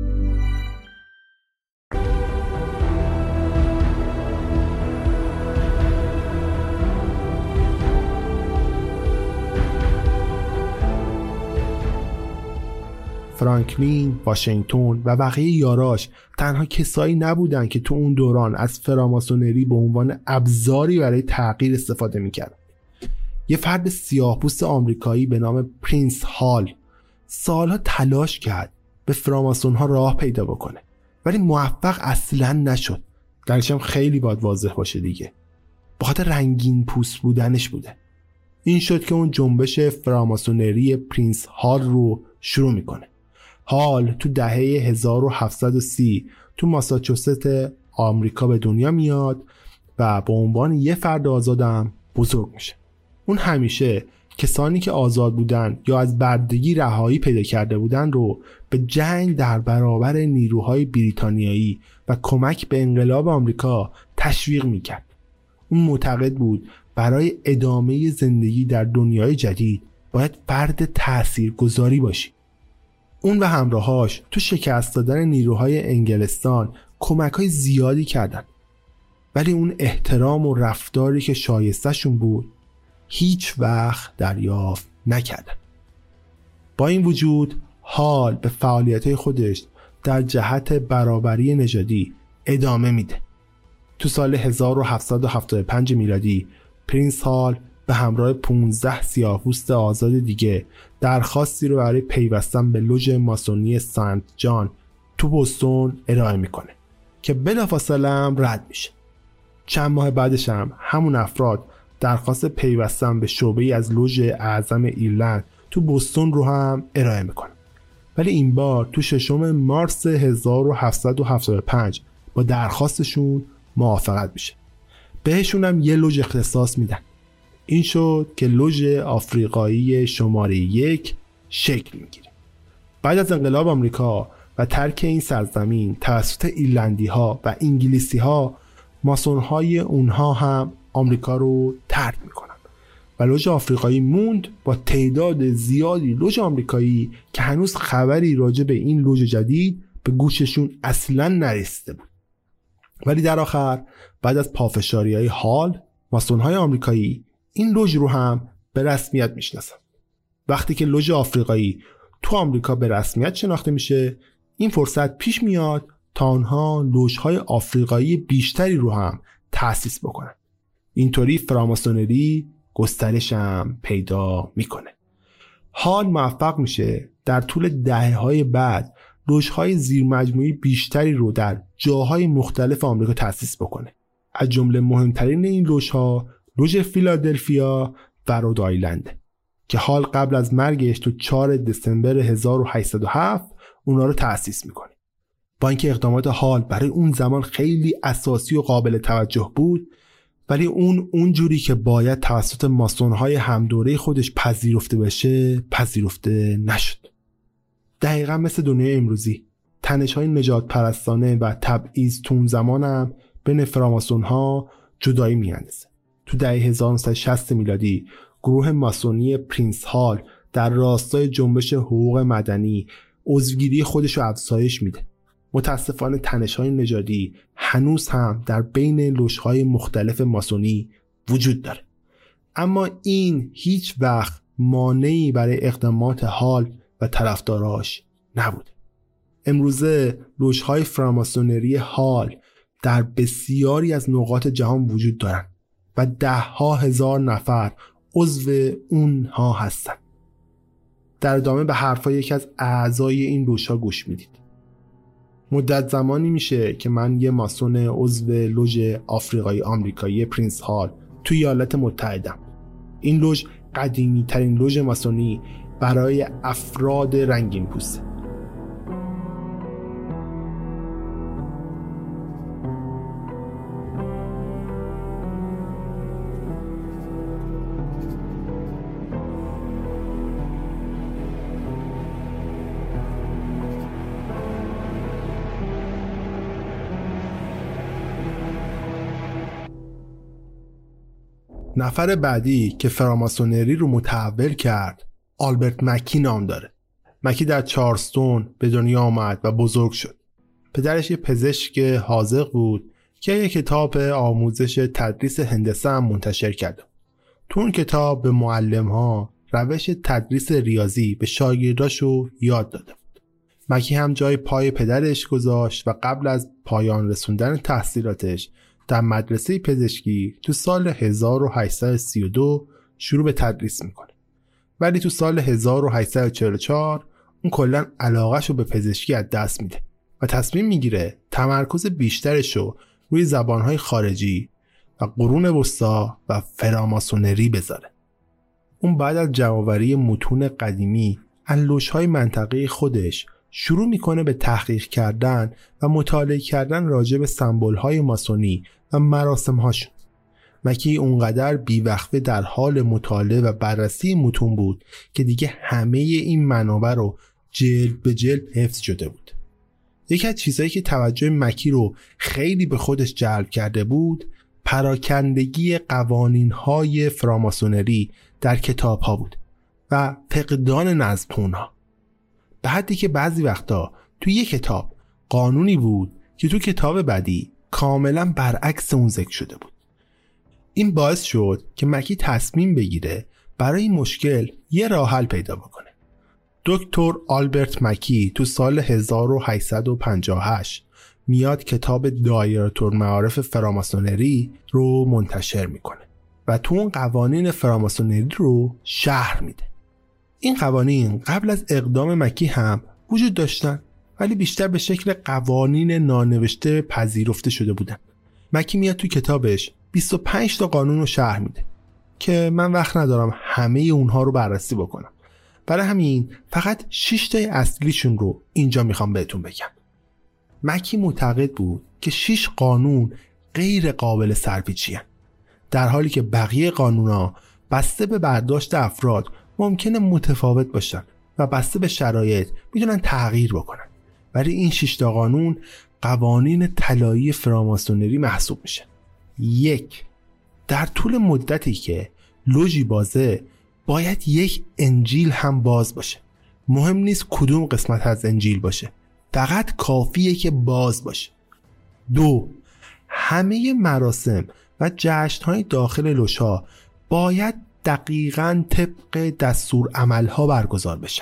فرانکلین، واشنگتن و بقیه یاراش تنها کسایی نبودن که تو اون دوران از فراماسونری به عنوان ابزاری برای تغییر استفاده میکردن. یه فرد سیاه‌پوست آمریکایی به نام پرینس هال سالها تلاش کرد به فراماسون ها راه پیدا بکنه، ولی موفق اصلا نشد. درش هم خیلی باید واضح باشه دیگه، به خاطر رنگین پوست بودنش بوده. این شد که اون جنبش فراماسونری پرینس هال رو شروع میکنه. هال تو دهه هزار و هفتصد و سی تو ماساچوست آمریکا به دنیا میاد و به عنوان یه فرد آزادم بزرگ میشه. اون همیشه کسانی که آزاد بودن یا از بردگی رهایی پیدا کرده بودن رو به جنگ در برابر نیروهای بریتانیایی و کمک به انقلاب آمریکا تشویق میکرد. اون معتقد بود برای ادامه زندگی در دنیای جدید باید فرد تاثیرگذاری باشی. اون و همراهاش تو شکست دادن نیروهای انگلستان کمک‌های زیادی کردن، ولی اون احترام و رفتاری که شایسته‌شون بود هیچ وقت دریافت نکردن. با این وجود هال به فعالیت‌های خودش در جهت برابری نژادی ادامه میده. تو سال هزار و هفتصد و هفتاد و پنج میلادی پرینس هال به همراه پانزده سیاه‌پوست آزاد دیگه درخواستی رو برای پیوستن به لوژ ماسونی سنت جان تو بوستون ارائه میکنه که بلافاصله هم رد میشه. چند ماه بعدش هم همون افراد درخواست پیوستن به شعبه‌ای از لوژ اعظم ایرلند تو بوستون رو هم ارائه میکنه، ولی این بار تو ششم مارس هزار و هفتصد و هفتاد و پنج با درخواستشون موافقت میشه. بهشون هم یه لوژ اختصاص میدن. این شد که لوژ آفریقایی شماره یک شکل میگیره. بعد از انقلاب آمریکا و ترک این سرزمین توسط ایرلندی ها و انگلیسی ها، ماسون های اونها هم آمریکا رو ترک میکنن و لوژ آفریقایی موند با تعداد زیادی لوژ آمریکایی که هنوز خبری راجع به این لوژ جدید به گوششون اصلا نرسیده بود. ولی در آخر بعد از پافشاری های هال، ماسون های آمریکایی این لوژ رو هم به رسمیت میشناسن. وقتی که لوژ آفریقایی تو آمریکا به رسمیت شناخته میشه، این فرصت پیش میاد تا آنها لوژهای آفریقایی بیشتری رو هم تأسیس بکنن. اینطوری فراماسونری گسترش هم پیدا میکنه. هال موفق میشه در طول دهه‌های بعد لوژهای زیرمجموعی بیشتری رو در جاهای مختلف آمریکا تأسیس بکنه. از جمله مهمترین این لوژها لوژ فیلادلفیا و رود آیلند که حال قبل از مرگش تو چهارم دسامبر هزار و هشتصد و هفت اونا رو تأسیس میکنه. با اینکه اقدامات حال برای اون زمان خیلی اساسی و قابل توجه بود، ولی اون اونجوری که باید توسط ماسون‌های همدوره خودش پذیرفته بشه پذیرفته نشد. دقیقا مثل دنیای امروزی تنش‌های نجات پرستانه و تبعیض تو اون زمانم بین فراماسون‌ها جدایی میاندازه. تو دهه هزار و نهصد و شصت میلادی گروه ماسونی پرینس هال در راستای جنبش حقوق مدنی عضوگیری خودش رو افزایش میده. متاسفانه تنش‌های نژادی هنوز هم در بین لوژهای مختلف ماسونی وجود داره، اما این هیچ وقت مانعی برای اقدامات حال و طرفداراش نبود. امروزه لوژهای فراماسونری حال در بسیاری از نقاط جهان وجود دارن و ده ها هزار نفر عضو اونها هستن. در ادامه به حرفای یکی از اعضای این لوژها گوش میدید. مدت زمانی میشه که من یه ماسون عضو لوژ آفریقایی آمریکایی پرینس هال توی ایالات متحدم. این لوژ قدیمی ترین لوژ ماسونی برای افراد رنگین پوسته. نفر بعدی که فراماسونری رو متحول کرد آلبرت مکی نام داره. مکی در چارلستون به دنیا آمد و بزرگ شد. پدرش یه پزشک حاذق بود که یک کتاب آموزش تدریس هندسه هم منتشر کرد. تو اون کتاب به معلم‌ها روش تدریس ریاضی به شاگرداشو یاد داده بود. مکی هم جای پای پدرش گذاشت و قبل از پایان رسوندن تحصیلاتش در مدرسه پزشکی تو سال هزار و هشتصد و سی و دو شروع به تدریس میکنه. ولی تو سال هزار و هشتصد و چهل و چهار اون کلاً علاقه‌شو به پزشکی از دست میده و تصمیم میگیره تمرکز بیشترشو روی زبانهای خارجی و قرون وسطا و فراماسونری بذاره. اون بعد از جمع‌آوری متون قدیمی از لوژهای منطقه خودش شروع میکنه به تحقیق کردن و مطالعه کردن راجع به سمبول‌های ماسونی و مراسم‌هاشون. مکی اونقدر بیوقفه در حال مطالعه و بررسی متون بود که دیگه همه این منابع رو جلد به جلد حفظ شده بود. یکی از چیزایی که توجه مکی رو خیلی به خودش جلب کرده بود پراکندگی قوانین‌های فراماسونری در کتاب‌ها بود و فقدان نظم اونها. به حدی که بعضی وقتا تو یک کتاب قانونی بود که تو کتاب بعدی کاملا برعکس اون ذکر شده بود. این باعث شد که مکی تصمیم بگیره برای این مشکل یه راه حل پیدا بکنه. دکتر آلبرت مکی تو سال هزار و هشتصد و پنجاه و هشت میاد کتاب دایره‌المعارف فراماسونری رو منتشر میکنه و تو اون قوانین فراماسونری رو شرح میده. این قوانین قبل از اقدام مکی هم وجود داشتن ولی بیشتر به شکل قوانین نانوشته پذیرفته شده بودن. مکی میاد تو کتابش بیست و پنج تا قانون رو شرح میده که من وقت ندارم همه اونها رو بررسی بکنم. برای همین فقط شش تا اصلیشون رو اینجا میخوام بهتون بگم. مکی معتقد بود که شش قانون غیر قابل سرپیچی‌اند، در حالی که بقیه قانونا بسته به برداشت افراد ممکنه متفاوت باشن و بسته به شرایط میتونن تغییر بکنن. ولی این شش تا قانون قوانین طلایی فراماسونری محسوب میشه. یک، در طول مدتی که لوژی بازه باید یک انجیل هم باز باشه. مهم نیست کدوم قسمت از انجیل باشه، فقط کافیه که باز باشه. دو، همه مراسم و جشن‌های داخل لوژها باید دقیقاً طبق دستور عملها برگزار بشن.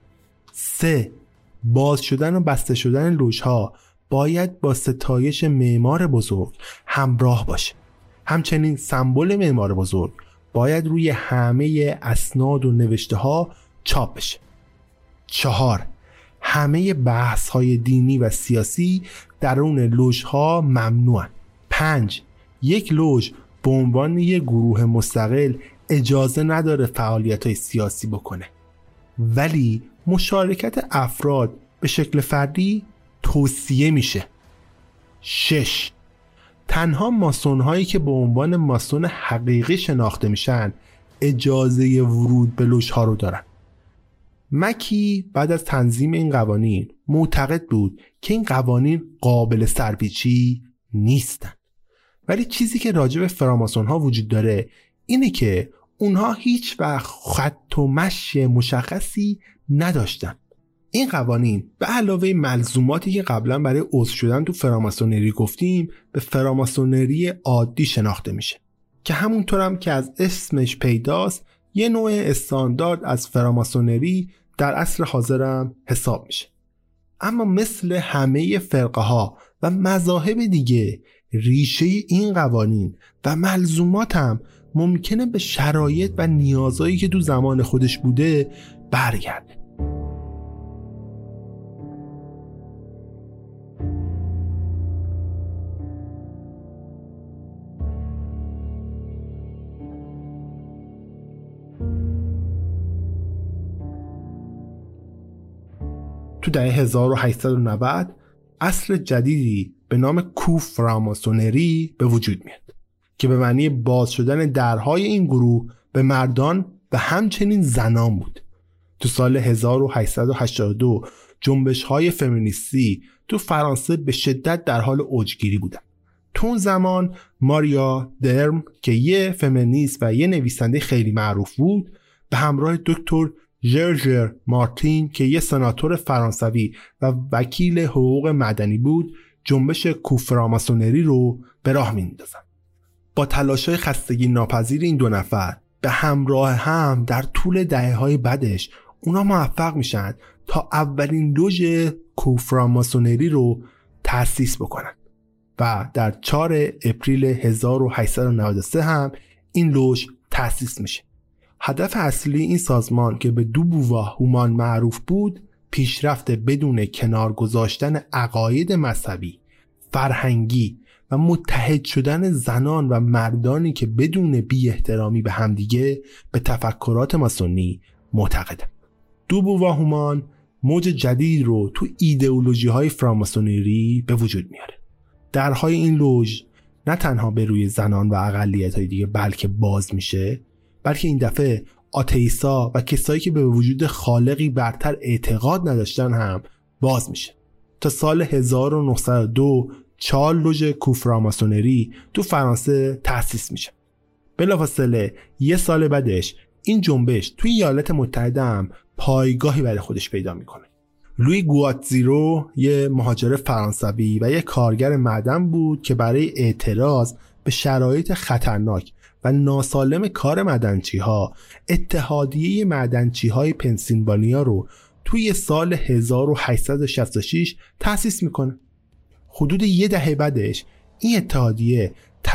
سه، باز شدن و بسته شدن لوژها باید با ستایش معمار بزرگ همراه باشه. همچنین سمبل معمار بزرگ باید روی همه اسناد و نوشته ها چاپ بشه. چهار، همه بحث های دینی و سیاسی درون لوژها ممنوعن. پنج، یک لوژ به عنوان یک گروه مستقل اجازه نداره فعالیت‌های سیاسی بکنه، ولی مشارکت افراد به شکل فردی توصیه میشه. شش، تنها ماسون هایی که به عنوان ماسون حقیقی شناخته میشن اجازه ورود به لوژ ها رو دارن. مکی بعد از تنظیم این قوانین معتقد بود که این قوانین قابل سرپیچی نیستن، ولی چیزی که راجع به فراماسون ها وجود داره اینه که اونها هیچ وقت خط و مشی مشخصی نداشتن. این قوانین به علاوه ملزوماتی که قبلا برای عضو شدن تو فراماسونری گفتیم به فراماسونری عادی شناخته میشه که همونطور هم که از اسمش پیداست یه نوع استاندارد از فراماسونری در عصر حاضرم حساب میشه. اما مثل همه فرقه ها و مذاهب دیگه ریشه این قوانین و ملزومات هم ممکنه به شرایط و نیازهایی که تو زمان خودش بوده برگرده. تو دهه هزار و هشتصد و نود عصر جدیدی به نام کوفراماسونری به وجود میاد که به معنی باز شدن درهای این گروه به مردان و همچنین زنان بود. تو سال هزار و هشتصد و هشتاد و دو جنبش‌های فمینیستی تو فرانسه به شدت در حال اوجگیری بودن. تو اون زمان ماریا درم که یه فمینیست و یه نویسنده خیلی معروف بود به همراه دکتر ژرژر مارتین که یه سناتور فرانسوی و وکیل حقوق مدنی بود جنبش کوفراماسونری رو به راه می‌اندازن. با تلاش‌های خستگی ناپذیر این دو نفر به همراه هم در طول دهه‌های بعدش اونا موفق میشن تا اولین لوژ کوفراماسونری رو تأسیس بکنن و در چهارم اپریل هزار و هشتصد و نود و سه هم این لوژ تأسیس میشه. هدف اصلی این سازمان که به دو بووا هومان معروف بود پیشرفت بدون کنار گذاشتن عقاید مذهبی، فرهنگی و متحد شدن زنان و مردانی که بدون بی احترامی به همدیگه به تفکرات ماسونی معتقدن. دو بووا هومان موج جدید رو تو ایدئولوژی های فراماسونری به وجود میاره. درهای این لوژ نه تنها به روی زنان و اقلیت های دیگه بلکه باز میشه، بلکه این دفعه آتئیستا و کسایی که به وجود خالقی برتر اعتقاد نداشتن هم باز میشه. تا سال هزار و نهصد و دو چهار لوژ کوفراماسونری تو فرانسه تأسیس میشه. بلافاصله یه سال بعدش این جنبش توی ایالات متحده هم پایگاهی برای خودش پیدا میکنه. لوی گواتزیرو یه مهاجر فرانسوی و یه کارگر معدن بود که برای اعتراض به شرایط خطرناک و ناسالم کار معدنچی ها اتحادیه معدنچی های پنسیلوانیا رو توی سال هزار و هشتصد و شصت و شش تأسیس میکنه. حدود یه دهه بعدش این اتحادیه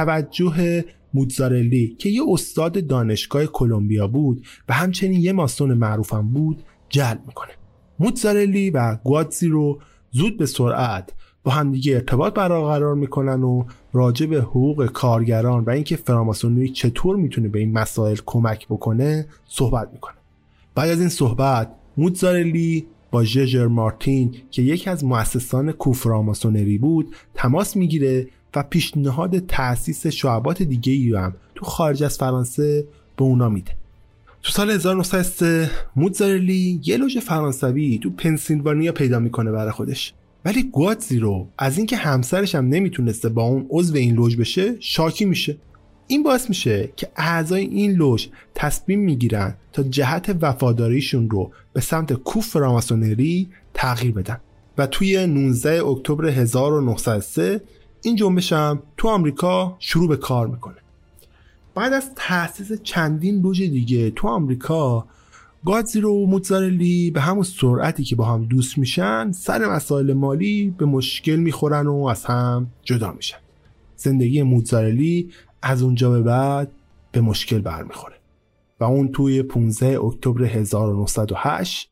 توجه موتزارلی که یه استاد دانشگاه کلمبیا بود و همچنین یه ماسون معروفم بود جلب میکنه. موتزارلی و گواتزیرو زود به سرعت با همدیگه ارتباط برقرار میکنن و راجع به حقوق کارگران و اینکه فراماسونری چطور میتونه به این مسائل کمک بکنه صحبت میکنه. بعد از این صحبت موتزارلی با ژرژر مارتین که یکی از مؤسسان کوفراماسونری بود تماس میگیره و پیشنهاد تأسیس شعبات دیگه‌ای رو هم تو خارج از فرانسه به اونا میده. تو سال هزار و نهصد و سه موتزارلی یه لوژ فرانسوی تو پنسیلوانیا پیدا میکنه برای خودش، ولی گواتزیرو از اینکه همسرش هم نمیتونسته با اون عضو این لوژ بشه شاکی میشه. این باعث میشه که اعضای این لوژ تصمیم میگیرن تا جهت وفاداریشون رو به سمت کوفراماسونری تغییر بدن و توی نوزدهم اکتبر هزار و نهصد و سه این جنبش هم تو آمریکا شروع به کار میکنه. بعد از تأسیس چندین لوژ دیگه تو آمریکا گواتزیرو و موتزارلی به همون سرعتی که با هم دوست میشن سر مسائل مالی به مشکل میخورن و از هم جدا میشن. زندگی موتزارلی از اونجا به بعد به مشکل برمیخوره و اون توی پانزدهم اکتبر هزار و نهصد و هشت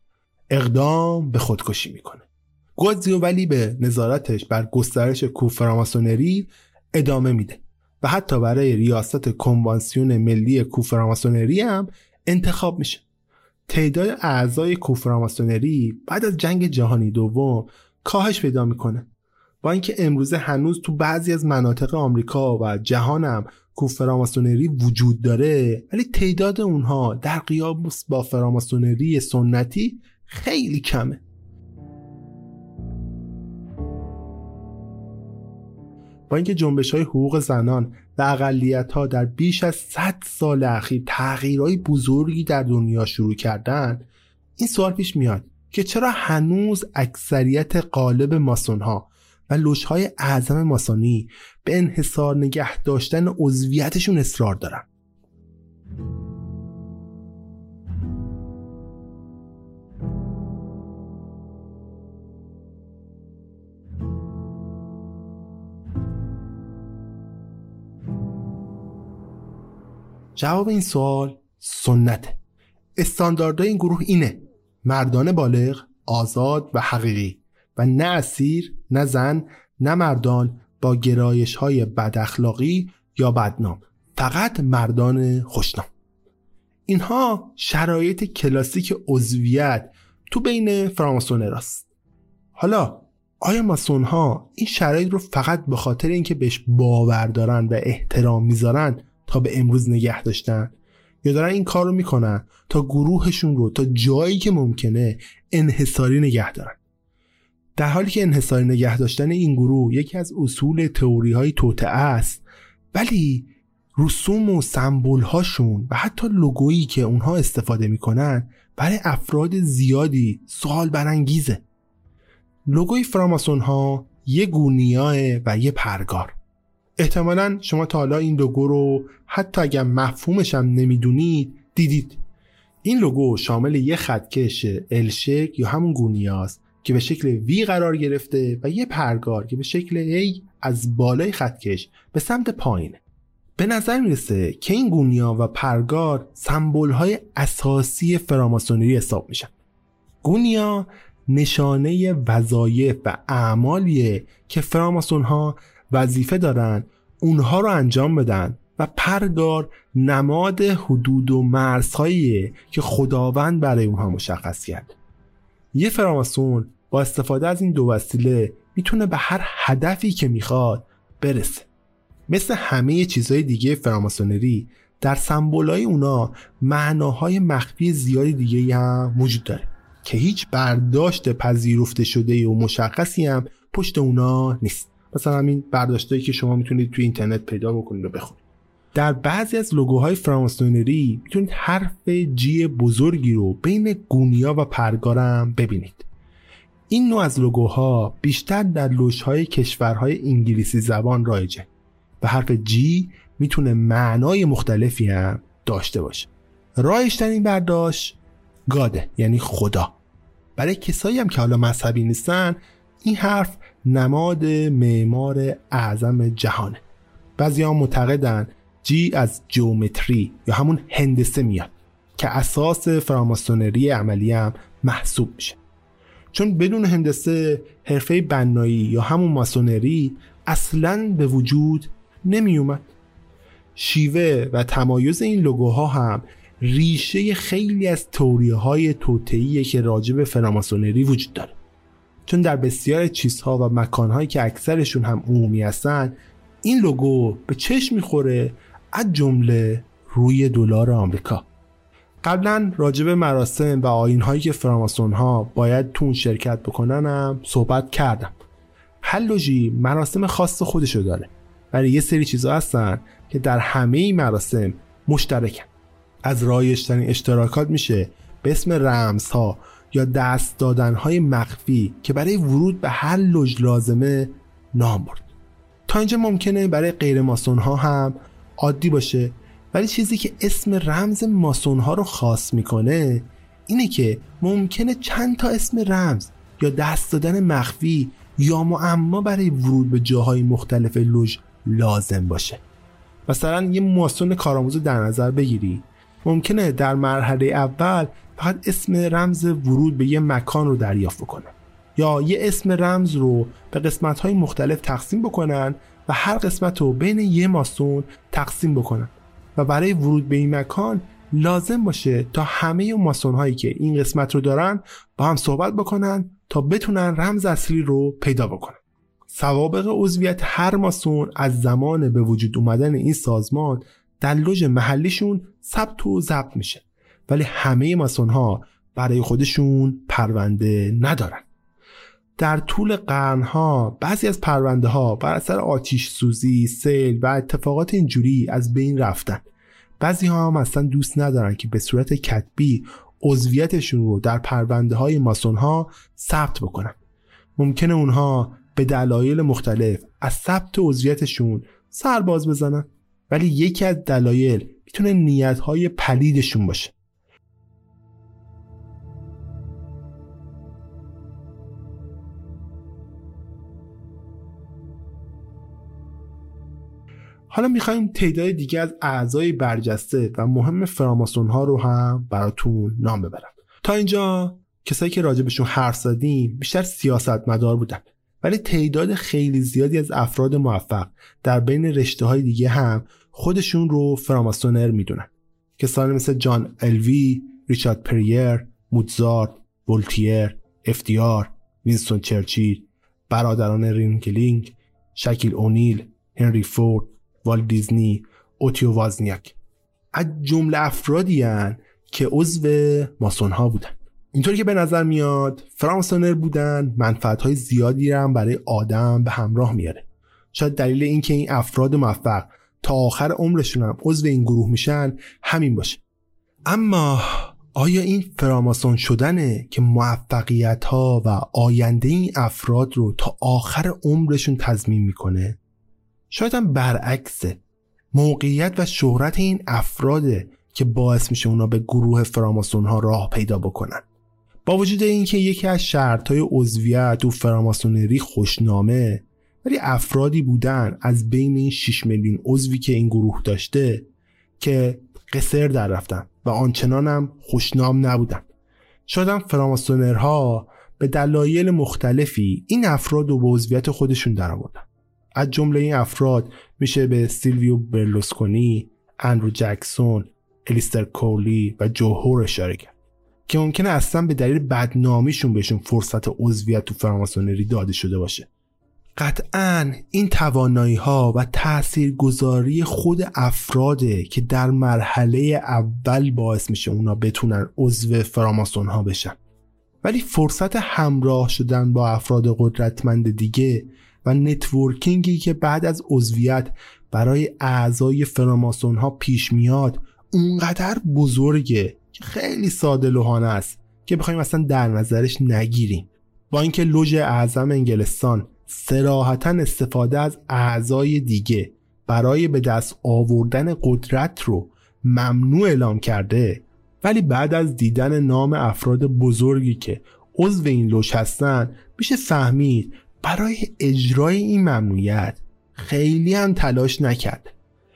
اقدام به خودکشی میکنه. گواتزیرو ولی به نظارتش بر گسترش کوفراماسونری ادامه میده و حتی برای ریاست کنوانسیون ملی کوفراماسونری هم انتخاب میشه. تعداد اعضای کوفراماسونری بعد از جنگ جهانی دوم کاهش پیدا میکنه. با اینکه امروزه هنوز تو بعضی از مناطق آمریکا و جهان هم کوفراماسونری وجود داره، ولی تعداد اونها در قیاس با فراماسونری سنتی خیلی کمه. با اینکه جنبش‌های حقوق زنان و اقلیت‌ها در بیش از صد سال اخیر تغییرهای بزرگی در دنیا شروع کردن، این سوال پیش میاد که چرا هنوز اکثریت غالب ماسون‌ها و لوژهای اعظم ماسونی به انحصار نگه داشتن عضویتشون اصرار دارن. جواب این سوال سنته. استانداردهای این گروه اینه: مردان بالغ، آزاد و حقیقی، و نه اسیر، نه زن، نه مردان با گرایش‌های بد اخلاقی یا بدنام، فقط مردان خوشنام. اینها شرایط کلاسیک عضویت تو بین فراماسونراست. حالا آیا ماسون‌ها این شرایط رو فقط به خاطر اینکه بهش باور دارن و احترام میذارن تا به امروز نگه داشتن، یا دارن این کار رو میکنن تا گروهشون رو تا جایی که ممکنه انحصاری نگه دارن؟ در حالی که انحصاری نگه داشتن این گروه یکی از اصول تئوری های توطئه است، ولی رسوم و سمبل هاشون و حتی لوگویی که اونها استفاده میکنن برای افراد زیادی سوال برانگیزه. لوگوی فراماسون ها یه گونیاه و یه پرگار. احتمالاً شما تا حالا این لوگو رو حتی اگر مفهومش هم نمیدونید دیدید. این لوگو شامل یه خطکش ال شکل یا همون گونیاست که به شکل وی قرار گرفته و یه پرگار که به شکل ای از بالای خطکش به سمت پایینه. به نظر میرسه که این گونیا و پرگار سمبول‌های اساسی فراماسونری حساب میشن. گونیا نشانه وظایف و اعمالیه که فراماسون‌ها وظیفه دارن اونها رو انجام بدن، و پرگار نماد حدود و مرزهاییه که خداوند برای اونها مشخص کرد. یه فراماسون با استفاده از این دو وسیله میتونه به هر هدفی که میخواد برسه. مثل همه چیزهای دیگه فراماسونری، در سمبولای اونا معناهای مخفی زیادی دیگه هم وجود داره که هیچ برداشت پذیرفته شده و مشخصی هم پشت اونا نیست. مثلا همین برداشتایی که شما میتونید توی اینترنت پیدا بکنید و بخونید. در بعضی از لوگوهای فراماسونری میتونید حرف جی بزرگی رو بین گونیا و پرگارم ببینید. این نوع از لوگوها بیشتر در لوژهای کشورهای انگلیسی زبان رایجه و حرف جی میتونه معنای مختلفی هم داشته باشه. رایج‌ترین برداشت گاده، یعنی خدا. برای کسایی هم که حالا مذهبی نیستن، این حرف نماد معمار اعظم جهانه. بعضی‌ها معتقدن جی از جیومتری یا همون هندسه میاد که اساس فراماسونری عملی هم محسوب میشه. چون بدون هندسه حرفه بنایی یا همون ماسونری اصلاً به وجود نمی اومد. شیوه و تمایز این لوگوها هم ریشه خیلی از تئوری‌های توطئه‌ای که راجع به فراماسونری وجود داره. چون در بسیار چیزها و مکانهایی که اکثرشون هم عمومی هستن، این لوگو به چشم میخوره، از جمله روی دلار آمریکا. قبلا راجع به مراسم و آیین‌هایی که فراماسون‌ها باید تو اون شرکت بکنن هم صحبت کردم. هر لوژی مراسم خاص خودشو داره، ولی یه سری چیزا هستن که در همه این مراسم مشترکن. از رایج‌ترین اشتراکات میشه به اسم رمزها یا دست دادن‌های مخفی که برای ورود به هر لوژ لازمه نام برد. تا اینجا ممکنه برای غیر ماسون‌ها هم عادی باشه، ولی چیزی که اسم رمز ماسون‌ها رو خاص میکنه اینه که ممکنه چند تا اسم رمز یا دست دادن مخفی یا معما برای ورود به جاهای مختلف لوژ لازم باشه. مثلا یه ماسون کارآموز در نظر بگیری، ممکنه در مرحله اول فقط اسم رمز ورود به یه مکان رو دریافت بکنن، یا یه اسم رمز رو به قسمت‌های مختلف تقسیم بکنن و هر قسمت رو بین یه ماسون تقسیم بکنن و برای ورود به این مکان لازم باشه تا همه اون ماسون هایی که این قسمت رو دارن با هم صحبت بکنن تا بتونن رمز اصلی رو پیدا بکنن. سوابق عضویت هر ماسون از زمان به وجود اومدن این سازمان در لوژ محلیشون ثبت و ضبط میشه، ولی همه ماسون ها برای خودشون پرونده ندارن. در طول قرنها بعضی از پرونده ها بر اثر آتش سوزی، سیل و اتفاقات اینجوری از بین رفتن. بعضی ها هم اصلا دوست ندارن که به صورت کتبی عضویتشون رو در پرونده های ماسون ها ثبت بکنن. ممکنه اونها به دلایل مختلف از ثبت عضویتشون سر باز بزنن، ولی یکی از دلایل میتونه نیت‌های پلیدشون باشه. حالا میخوایم تعداد دیگه از اعضای برجسته و مهم فراماسون ها رو هم براتون نام ببرم. تا اینجا کسایی که راجبشون حرف زدیم بیشتر سیاستمدار بودن، ولی تعداد خیلی زیادی از افراد موفق در بین رشته های دیگه هم خودشون رو فراماسونر میدونن. کسانی مثل جان الوی، ریچارد پریر، موزارت، ولتیر، اف دی آر، وینستون چرچیل، برادران رینکلینگ، شکیل اونیل، هنری فورد، والت دیزنی، اوتیو وازنیاک از جمله افرادی هن که عضو ماسون ها بودن. اینطوری که به نظر میاد فراماسونر بودن منفعت‌های زیادی رو هم برای آدم به همراه میاره. شاید دلیل این که این افراد موفق تا آخر عمرشون هم عضو این گروه میشن همین باشه. اما آیا این فراماسون شدنه که موفقیت‌ها و آینده این افراد رو تا آخر عمرشون تضمین میکنه؟ شاید هم برعکسه. موقعیت و شهرت این افراده که باعث میشه اونا به گروه فراماسون ها راه پیدا بکنن. با وجود اینکه یکی از شرطهای عضویت و فراماسونری خوشنامه، ولی افرادی بودن از بین این شش میلیون عضوی که این گروه داشته که قصر در رفتن و آنچنان هم خوشنام نبودن. شاید هم فراماسونرها به دلایل مختلفی این افراد رو به عضویت خودشون در آوردن. از جمله این افراد میشه به سیلویو برلوسکونی، اندرو جکسون، الیستر کولی و جو هور اشاره کرد که ممکنه اصلا به دلیل بدنامیشون بهشون فرصت عضویت تو فراماسونری داده شده باشه. قطعاً این توانایی ها و تاثیرگذاری خود افراده که در مرحله اول باعث میشه اونا بتونن عضو فراماسون ها بشن، ولی فرصت همراه شدن با افراد قدرتمند دیگه و نتورکینگی که بعد از عضویت برای اعضای فراماسون ها پیش میاد اونقدر بزرگه که خیلی ساده لوحانه است که بخوایم اصلا در نظرش نگیریم. با اینکه لوژ اعظم انگلستان صراحتاً استفاده از اعضای دیگه برای به دست آوردن قدرت رو ممنوع اعلام کرده، ولی بعد از دیدن نام افراد بزرگی که عضو این لوژ هستن میشه فهمید برای اجرای این ممنوعیت خیلی هم تلاش نکرد.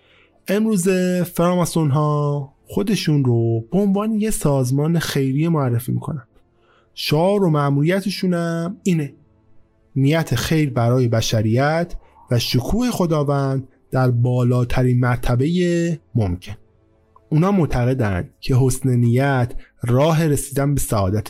امروز فراماسون ها خودشون رو به عنوان یه سازمان خیریه معرفی میکنن. شعار و مأموریتشون هم اینه: نیت خیر برای بشریت و شکوه خداوند در بالاترین مرتبه ممکن. اونا معتقدن که حسن نیت راه رسیدن به سعادت.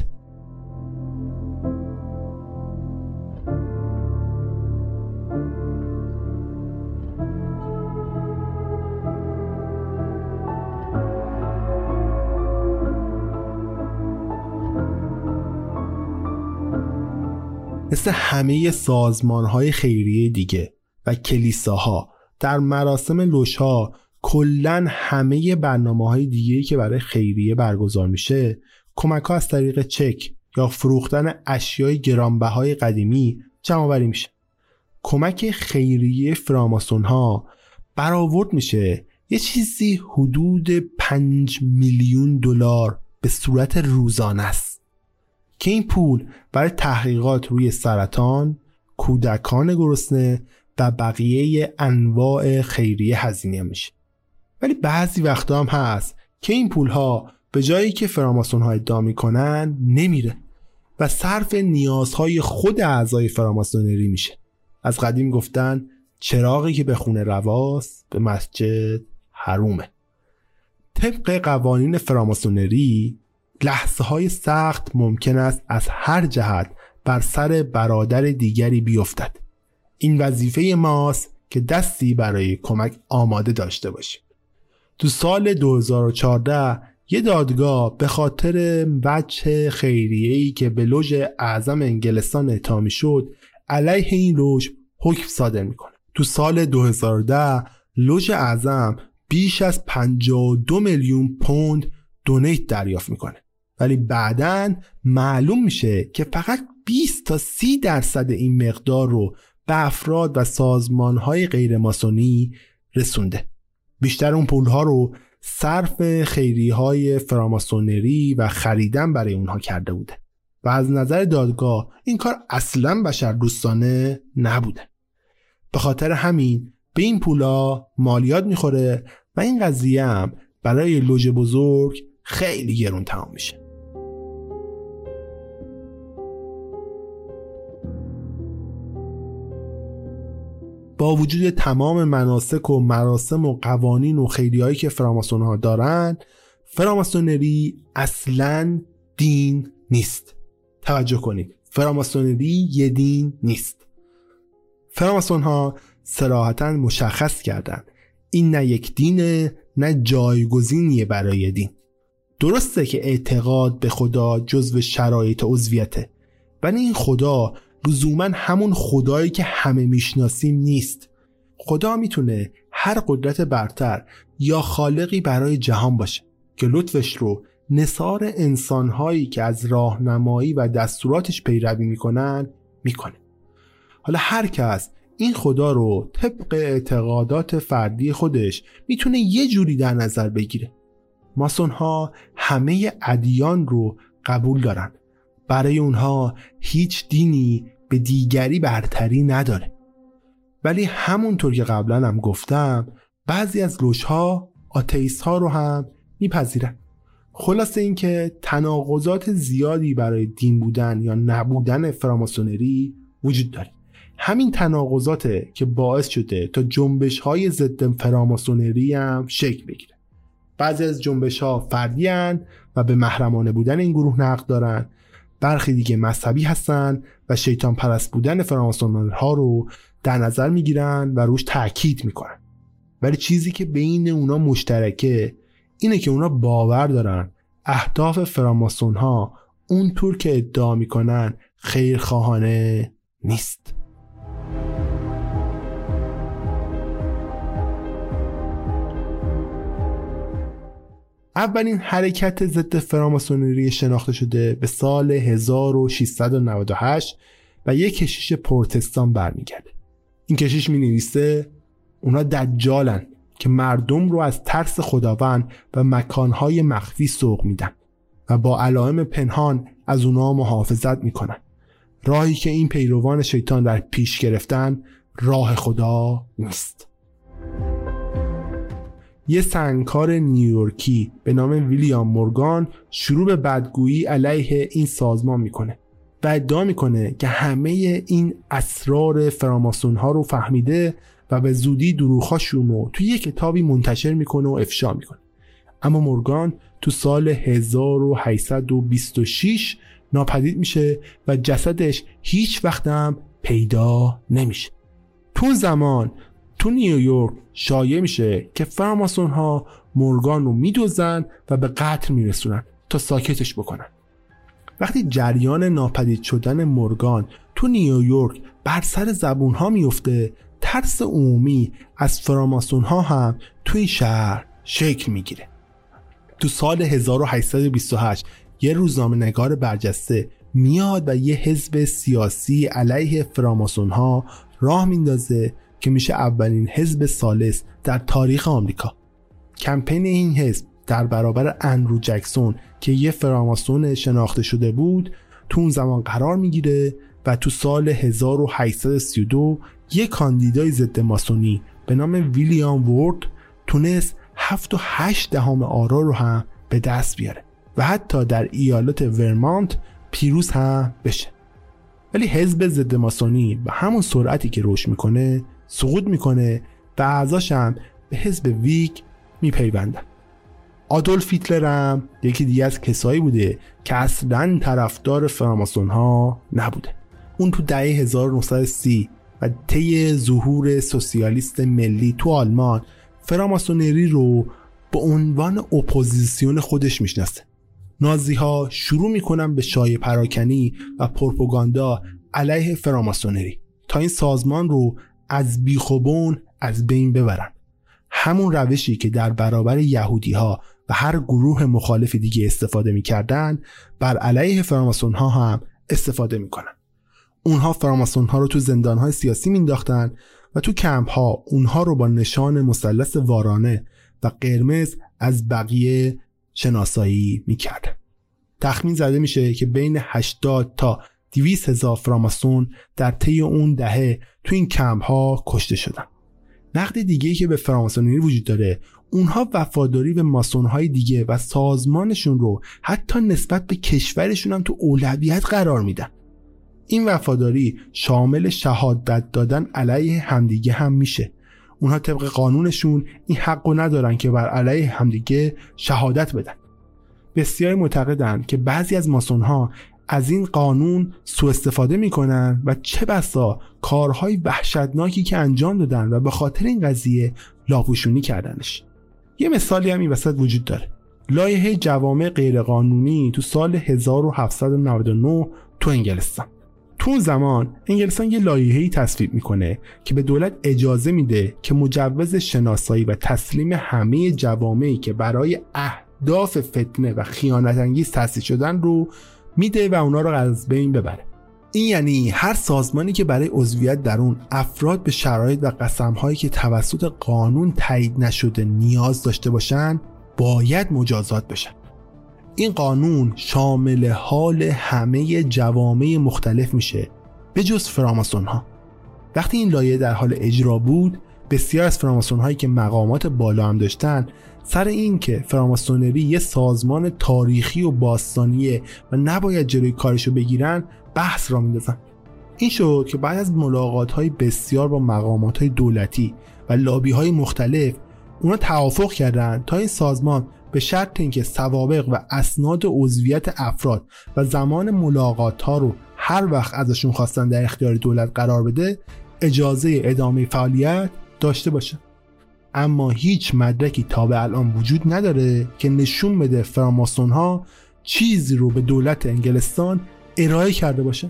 مثل همه سازمان‌های خیریه دیگه و کلیساها در مراسم لوژها کلاً همه برنامه‌های دیگه‌ای که برای خیریه برگزار میشه کمک‌ها از طریق چک یا فروختن اشیای گرانبهای قدیمی جمع‌آوری میشه. کمک خیریه فراماسون‌ها برآورد میشه یه چیزی حدود پنج میلیون دلار به صورت روزانه است که این پول برای تحقیقات روی سرطان، کودکان گرسنه و بقیه انواع خیریه هزینه میشه. ولی بعضی وقتا هم هست که این پولها به جایی که فراماسون ها ادعا میکنن نمیره و صرف نیازهای خود اعضای فراماسونری میشه. از قدیم گفتن چراغی که به خونه رواست به مسجد حرومه. طبق قوانین فراماسونری لحظه های سخت ممکن است از هر جهت بر سر برادر دیگری بیفتد. این وظیفه ماست که دستی برای کمک آماده داشته باشیم. تو سال دو هزار و چهارده یه دادگاه به خاطر وجه خیریه‌ای که به لوژ اعظم انگلستان اعطا می‌شد علیه این لوژ حکم صادر میکنه. تو سال دو هزار و ده لوژ اعظم بیش از پنجاه و دو میلیون پوند دونیت دریافت میکنه، ولی بعداً معلوم میشه که فقط بیست تا سی درصد این مقدار رو به افراد و سازمان‌های غیر ماسونی رسونده. بیشتر اون پول‌ها رو صرف خیریه‌های فراماسونری و خریدن برای اونها کرده بوده و از نظر دادگاه این کار اصلاً بشردوستانه نبوده. به خاطر همین به این پولا مالیات میخوره و این قضیه هم برای لوژ بزرگ خیلی گرون تمام میشه. با وجود تمام مناسک و مراسم و قوانین و خیریهایی که فراماسون ها دارن، فراماسونری اصلاً دین نیست. توجه کنید، فراماسونری یه دین نیست. فراماسون ها صراحتاً مشخص کردن این نه یک دینه نه جایگزینیه برای دین. درسته که اعتقاد به خدا جزو شرایط عضویته، ولی این خدا لزوماً همون خدایی که همه میشناسیم نیست. خدا میتونه هر قدرت برتر یا خالقی برای جهان باشه که لطفش رو نثار انسانهایی که از راهنمایی و دستوراتش پیروی میکنن میکنه. حالا هر کس این خدا رو طبق اعتقادات فردی خودش میتونه یه جوری در نظر بگیره. ماسون ها همه ادیان رو قبول دارن. برای اونها هیچ دینی به دیگری برتری نداره. ولی همونطور که قبلا هم گفتم بعضی از لوژها آتئیست ها رو هم میپذیرن. خلاصه این که تناقضات زیادی برای دین بودن یا نبودن فراماسونری وجود داره. همین تناقضاته که باعث شده تا جنبش های ضد فراماسونری هم شکل بگیره. بعضی از جنبش ها فردی هن و به محرمانه بودن این گروه نقد دارن، برخی دیگه مذهبی هستن و شیطان پرست بودن فراماسون ها رو در نظر میگیرن و روش تاکید میکنن. ولی چیزی که بین اونا مشترکه اینه که اونا باور دارن اهداف فراماسون ها اونطور که ادعا میکنن خیرخواهانه نیست. اولین حرکت ضد فراماسونری شناخته شده به سال هزار و ششصد و نود و هشت و یک کشیش پروتستان برمیگرده. این کشیش می نویسه اونا دجالن که مردم رو از ترس خداوند و مکانهای مخفی سوق میدن و با علائم پنهان از اونا محافظت میکنن. راهی که این پیروان شیطان در پیش گرفتن راه خدا نیست. یه سنگکار نیویورکی به نام ویلیام مورگان شروع به بدگویی علیه این سازمان میکنه و ادعا میکنه که همه این اسرار فراماسون ها رو فهمیده و به زودی دروغ‌هاشون رو توی یک کتابی منتشر میکنه و افشا میکنه. اما مورگان تو سال هزار و هشتصد و بیست و شش ناپدید میشه و جسدش هیچ وقت هم پیدا نمیشه. تو زمان تو نیویورک شایع میشه که فراماسون ها مورگان رو میدوزن و به قتل میرسونن تا ساکتش بکنن. وقتی جریان ناپدید شدن مورگان تو نیویورک بر سر زبون ها میفته، ترس عمومی از فراماسون ها هم تو این شهر شکل میگیره. تو سال هزار و هشتصد و بیست و هشت یه روزنامه نگار برجسته میاد و یه حزب سیاسی علیه فراماسون ها راه میندازه که میشه اولین حزب ثالث در تاریخ آمریکا. کمپین این حزب در برابر اندرو جکسون که یه فراماسون شناخته شده بود تو اون زمان قرار میگیره و تو سال هزار و هشتصد و سی و دو یه کاندیدای ضد ماسونی به نام ویلیام وورد تونست هفت و هشت دهم آرا رو هم به دست بیاره و حتی در ایالت ورمانت پیروز هم بشه. ولی حزب ضد ماسونی به همون سرعتی که رشد میکنه سقوط میکنه و اعضاش هم به حزب ویگ میپیوندن. آدولف هیتلر هم یکی دیگه از کسایی بوده که اصلاً طرفدار فراماسون ها نبوده. اون تو دهه هزار و نهصد و سی و طی ظهور سوسیالیست ملی تو آلمان فراماسونری رو به عنوان اپوزیسیون خودش میشناسه. نازی ها شروع میکنن به شایعه پراکنی و پروپاگاندا علیه فراماسونری تا این سازمان رو از بیخ و بن از بین ببرن. همون روشی که در برابر یهودی ها و هر گروه مخالف دیگه استفاده میکردن بر علیه فراماسون ها هم استفاده میکنن. اونها فراماسون ها رو تو زندان های سیاسی مینداختن و تو کمپ ها اونها رو با نشان مثلث وارانه و قرمز از بقیه شناسایی میکردن. تخمین زده میشه که بین هشتاد تا دویست هزار فراماسون در طی اون دهه تو این کمپ ها کشته شدن. نقد دیگه‌ای که به فراماسونری وجود داره، اونها وفاداری به ماسون‌های دیگه و سازمانشون رو حتی نسبت به کشورشون هم تو اولویت قرار میدن. این وفاداری شامل شهادت دادن علیه همدیگه هم میشه. اونها طبق قانونشون این حقو ندارن که بر علیه همدیگه شهادت بدن. بسیاری معتقدن که بعضی از ماسون‌ها از این قانون سوء استفاده میکنن و چه بسا کارهای وحشتناکی که انجام دادن و به خاطر این قضیه لاپوشونی کردنش. یه مثالی هم این وسط وجود داره. لایحه جوامع غیرقانونی تو سال هزار و هفتصد و نود و نه تو انگلستان. تو اون زمان انگلستان یه لایحه‌ای تصویب میکنه که به دولت اجازه میده که مجوز شناسایی و تسلیم همه جوامعی که برای اهداف فتنه و خیانت انگیز تأسیس شدن رو میده و اونا رو از بین ببره. این یعنی هر سازمانی که برای عضویت در اون افراد به شرایط و قسم‌هایی که توسط قانون تایید نشده نیاز داشته باشن باید مجازات بشن. این قانون شامل حال همه جوامع مختلف میشه به جز فراماسون ها. وقتی این لایحه در حال اجرا بود، بسیار از فراماسون هایی که مقامات بالا هم داشتن سر این که فراماسونری یه سازمان تاریخی و باستانیه و نباید جلوی کارشو بگیرن بحث را میندازن. این شد که بعد از ملاقات های بسیار با مقامات های دولتی و لابی های مختلف اونا توافق کردن تا این سازمان به شرط اینکه سوابق و اسناد عضویت افراد و زمان ملاقات ها رو هر وقت ازشون خواستن در اختیار دولت قرار بده اجازه ادامه فعالیت داشته باشه. اما هیچ مدرکی تا به الان وجود نداره که نشون بده فراماسون ها چیزی رو به دولت انگلستان ارائه کرده باشه.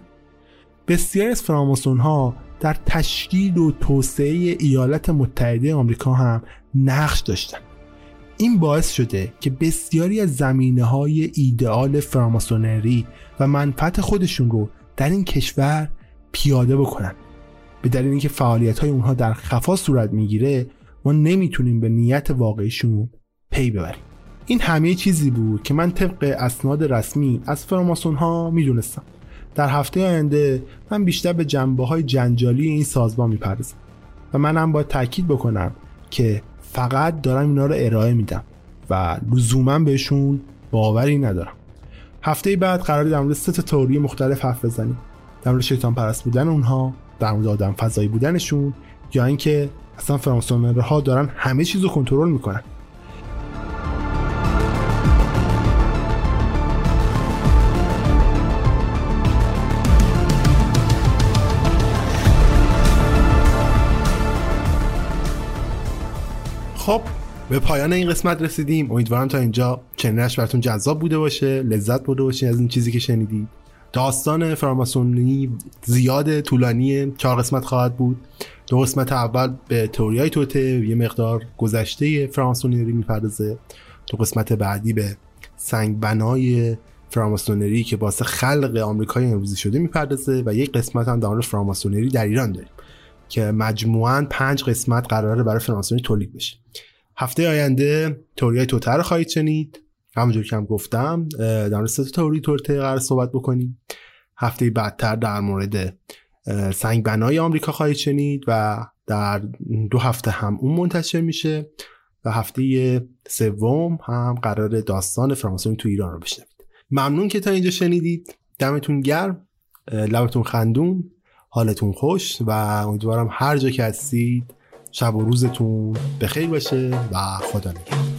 بسیاری از فراماسون ها در تشکیل و توسعه ایالات متحده آمریکا هم نقش داشتن. این باعث شده که بسیاری از زمینه‌های ایدئال فراماسونری و منفعت خودشون رو در این کشور پیاده بکنن. به دلیل اینکه فعالیت‌های اونها در خفا صورت میگیره ما نمیتونیم به نیت واقعیشون پی ببریم. این همه چیزی بود که من طبق اسناد رسمی از فراماسون ها میدونستم. در هفته آینده من بیشتر به جنبه‌های جنجالی این سازمان میپردازم و من هم باید تاکید بکنم که فقط دارم اینا رو ارائه میدم و لزوما بهشون باوری ندارم. هفته بعد قراره در مورد سه تا تئوری مختلف حرف بزنیم. در مورد شیطان پرست بودن اونها، در مورد آدم فضایی بودنشون، یا اینکه اصلا فراماسونرها دارن همه چیز رو کنترل میکنن. خب به پایان این قسمت رسیدیم. امیدوارم تا اینجا چنینش براتون جذاب بوده باشه، لذت برده باشین از این چیزی که شنیدید. داستان فراماسونی زیاد طولانی، چهار قسمت خواهد بود. دو قسمت اول به تئوریای توته، یه مقدار گذشته فراماسونری میپردازه. دو قسمت بعدی به سنگ بنای فراماسونری که واسه خلق آمریکای امروزی شده میپردازه و یک قسمت هم در مورد فراماسونری در ایران داریم که مجموعاً پنج قسمت قراره برای فراماسونری تولید بشه. هفته آینده تئوریای توته رو خواهید شنید. همونجور که هم گفتم در مورد سه تا تئوری توته قرار صحبت بکنیم. هفته بعدتر در مورد سنگ بنای آمریکا خواهید شنید و در دو هفته هم اون منتشر میشه و هفته سوم هم قرار داستان فراماسونی تو ایران رو بشنوید. ممنون که تا اینجا شنیدید. دمتون گرم، لبتون خندون. حالتون خوش و امیدوارم هر جا که هستید شب و روزتون بخیر باشه و خدا نگهدار.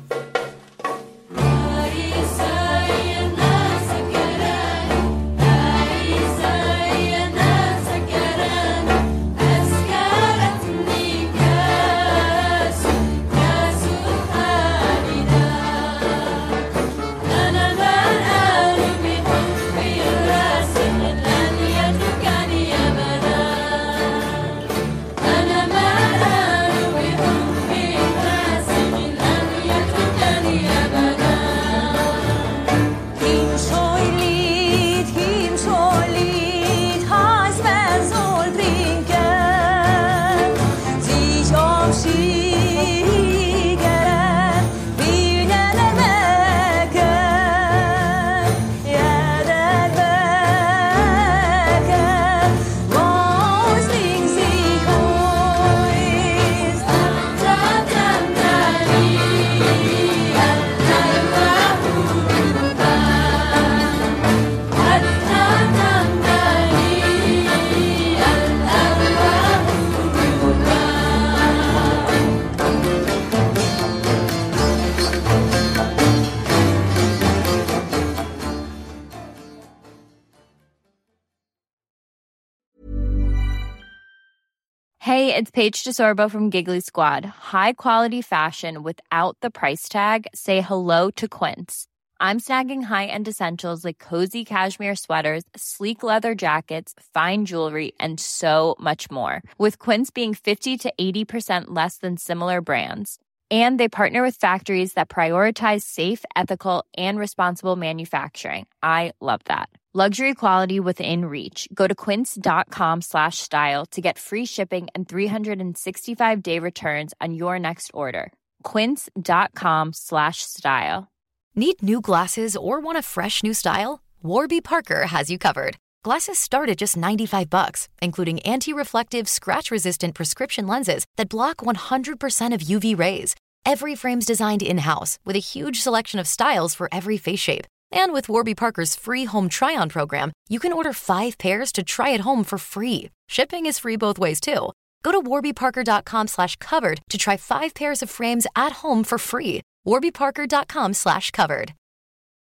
Hey, it's Paige DeSorbo from Giggly Squad. High quality fashion without the price tag. Say hello to Quince. I'm snagging high-end essentials like cozy cashmere sweaters, sleek leather jackets, fine jewelry, and so much more. With Quince being fifty to eighty percent less than similar brands. And they partner with factories that prioritize safe, ethical, and responsible manufacturing. I love that. Luxury quality within reach. Go to quince.com slash style to get free shipping and three sixty-five day returns on your next order. Quince.com slash style. Need new glasses or want a fresh new style? Warby Parker has you covered. Glasses start at just ninety-five bucks, including anti-reflective, scratch-resistant prescription lenses that block one hundred percent of U V rays. Every frame's designed in-house with a huge selection of styles for every face shape. And with Warby Parker's free home try-on program, you can order five pairs to try at home for free. Shipping is free both ways, too. Go to warbyparker.com slash covered to try five pairs of frames at home for free. warbyparker.com slash covered.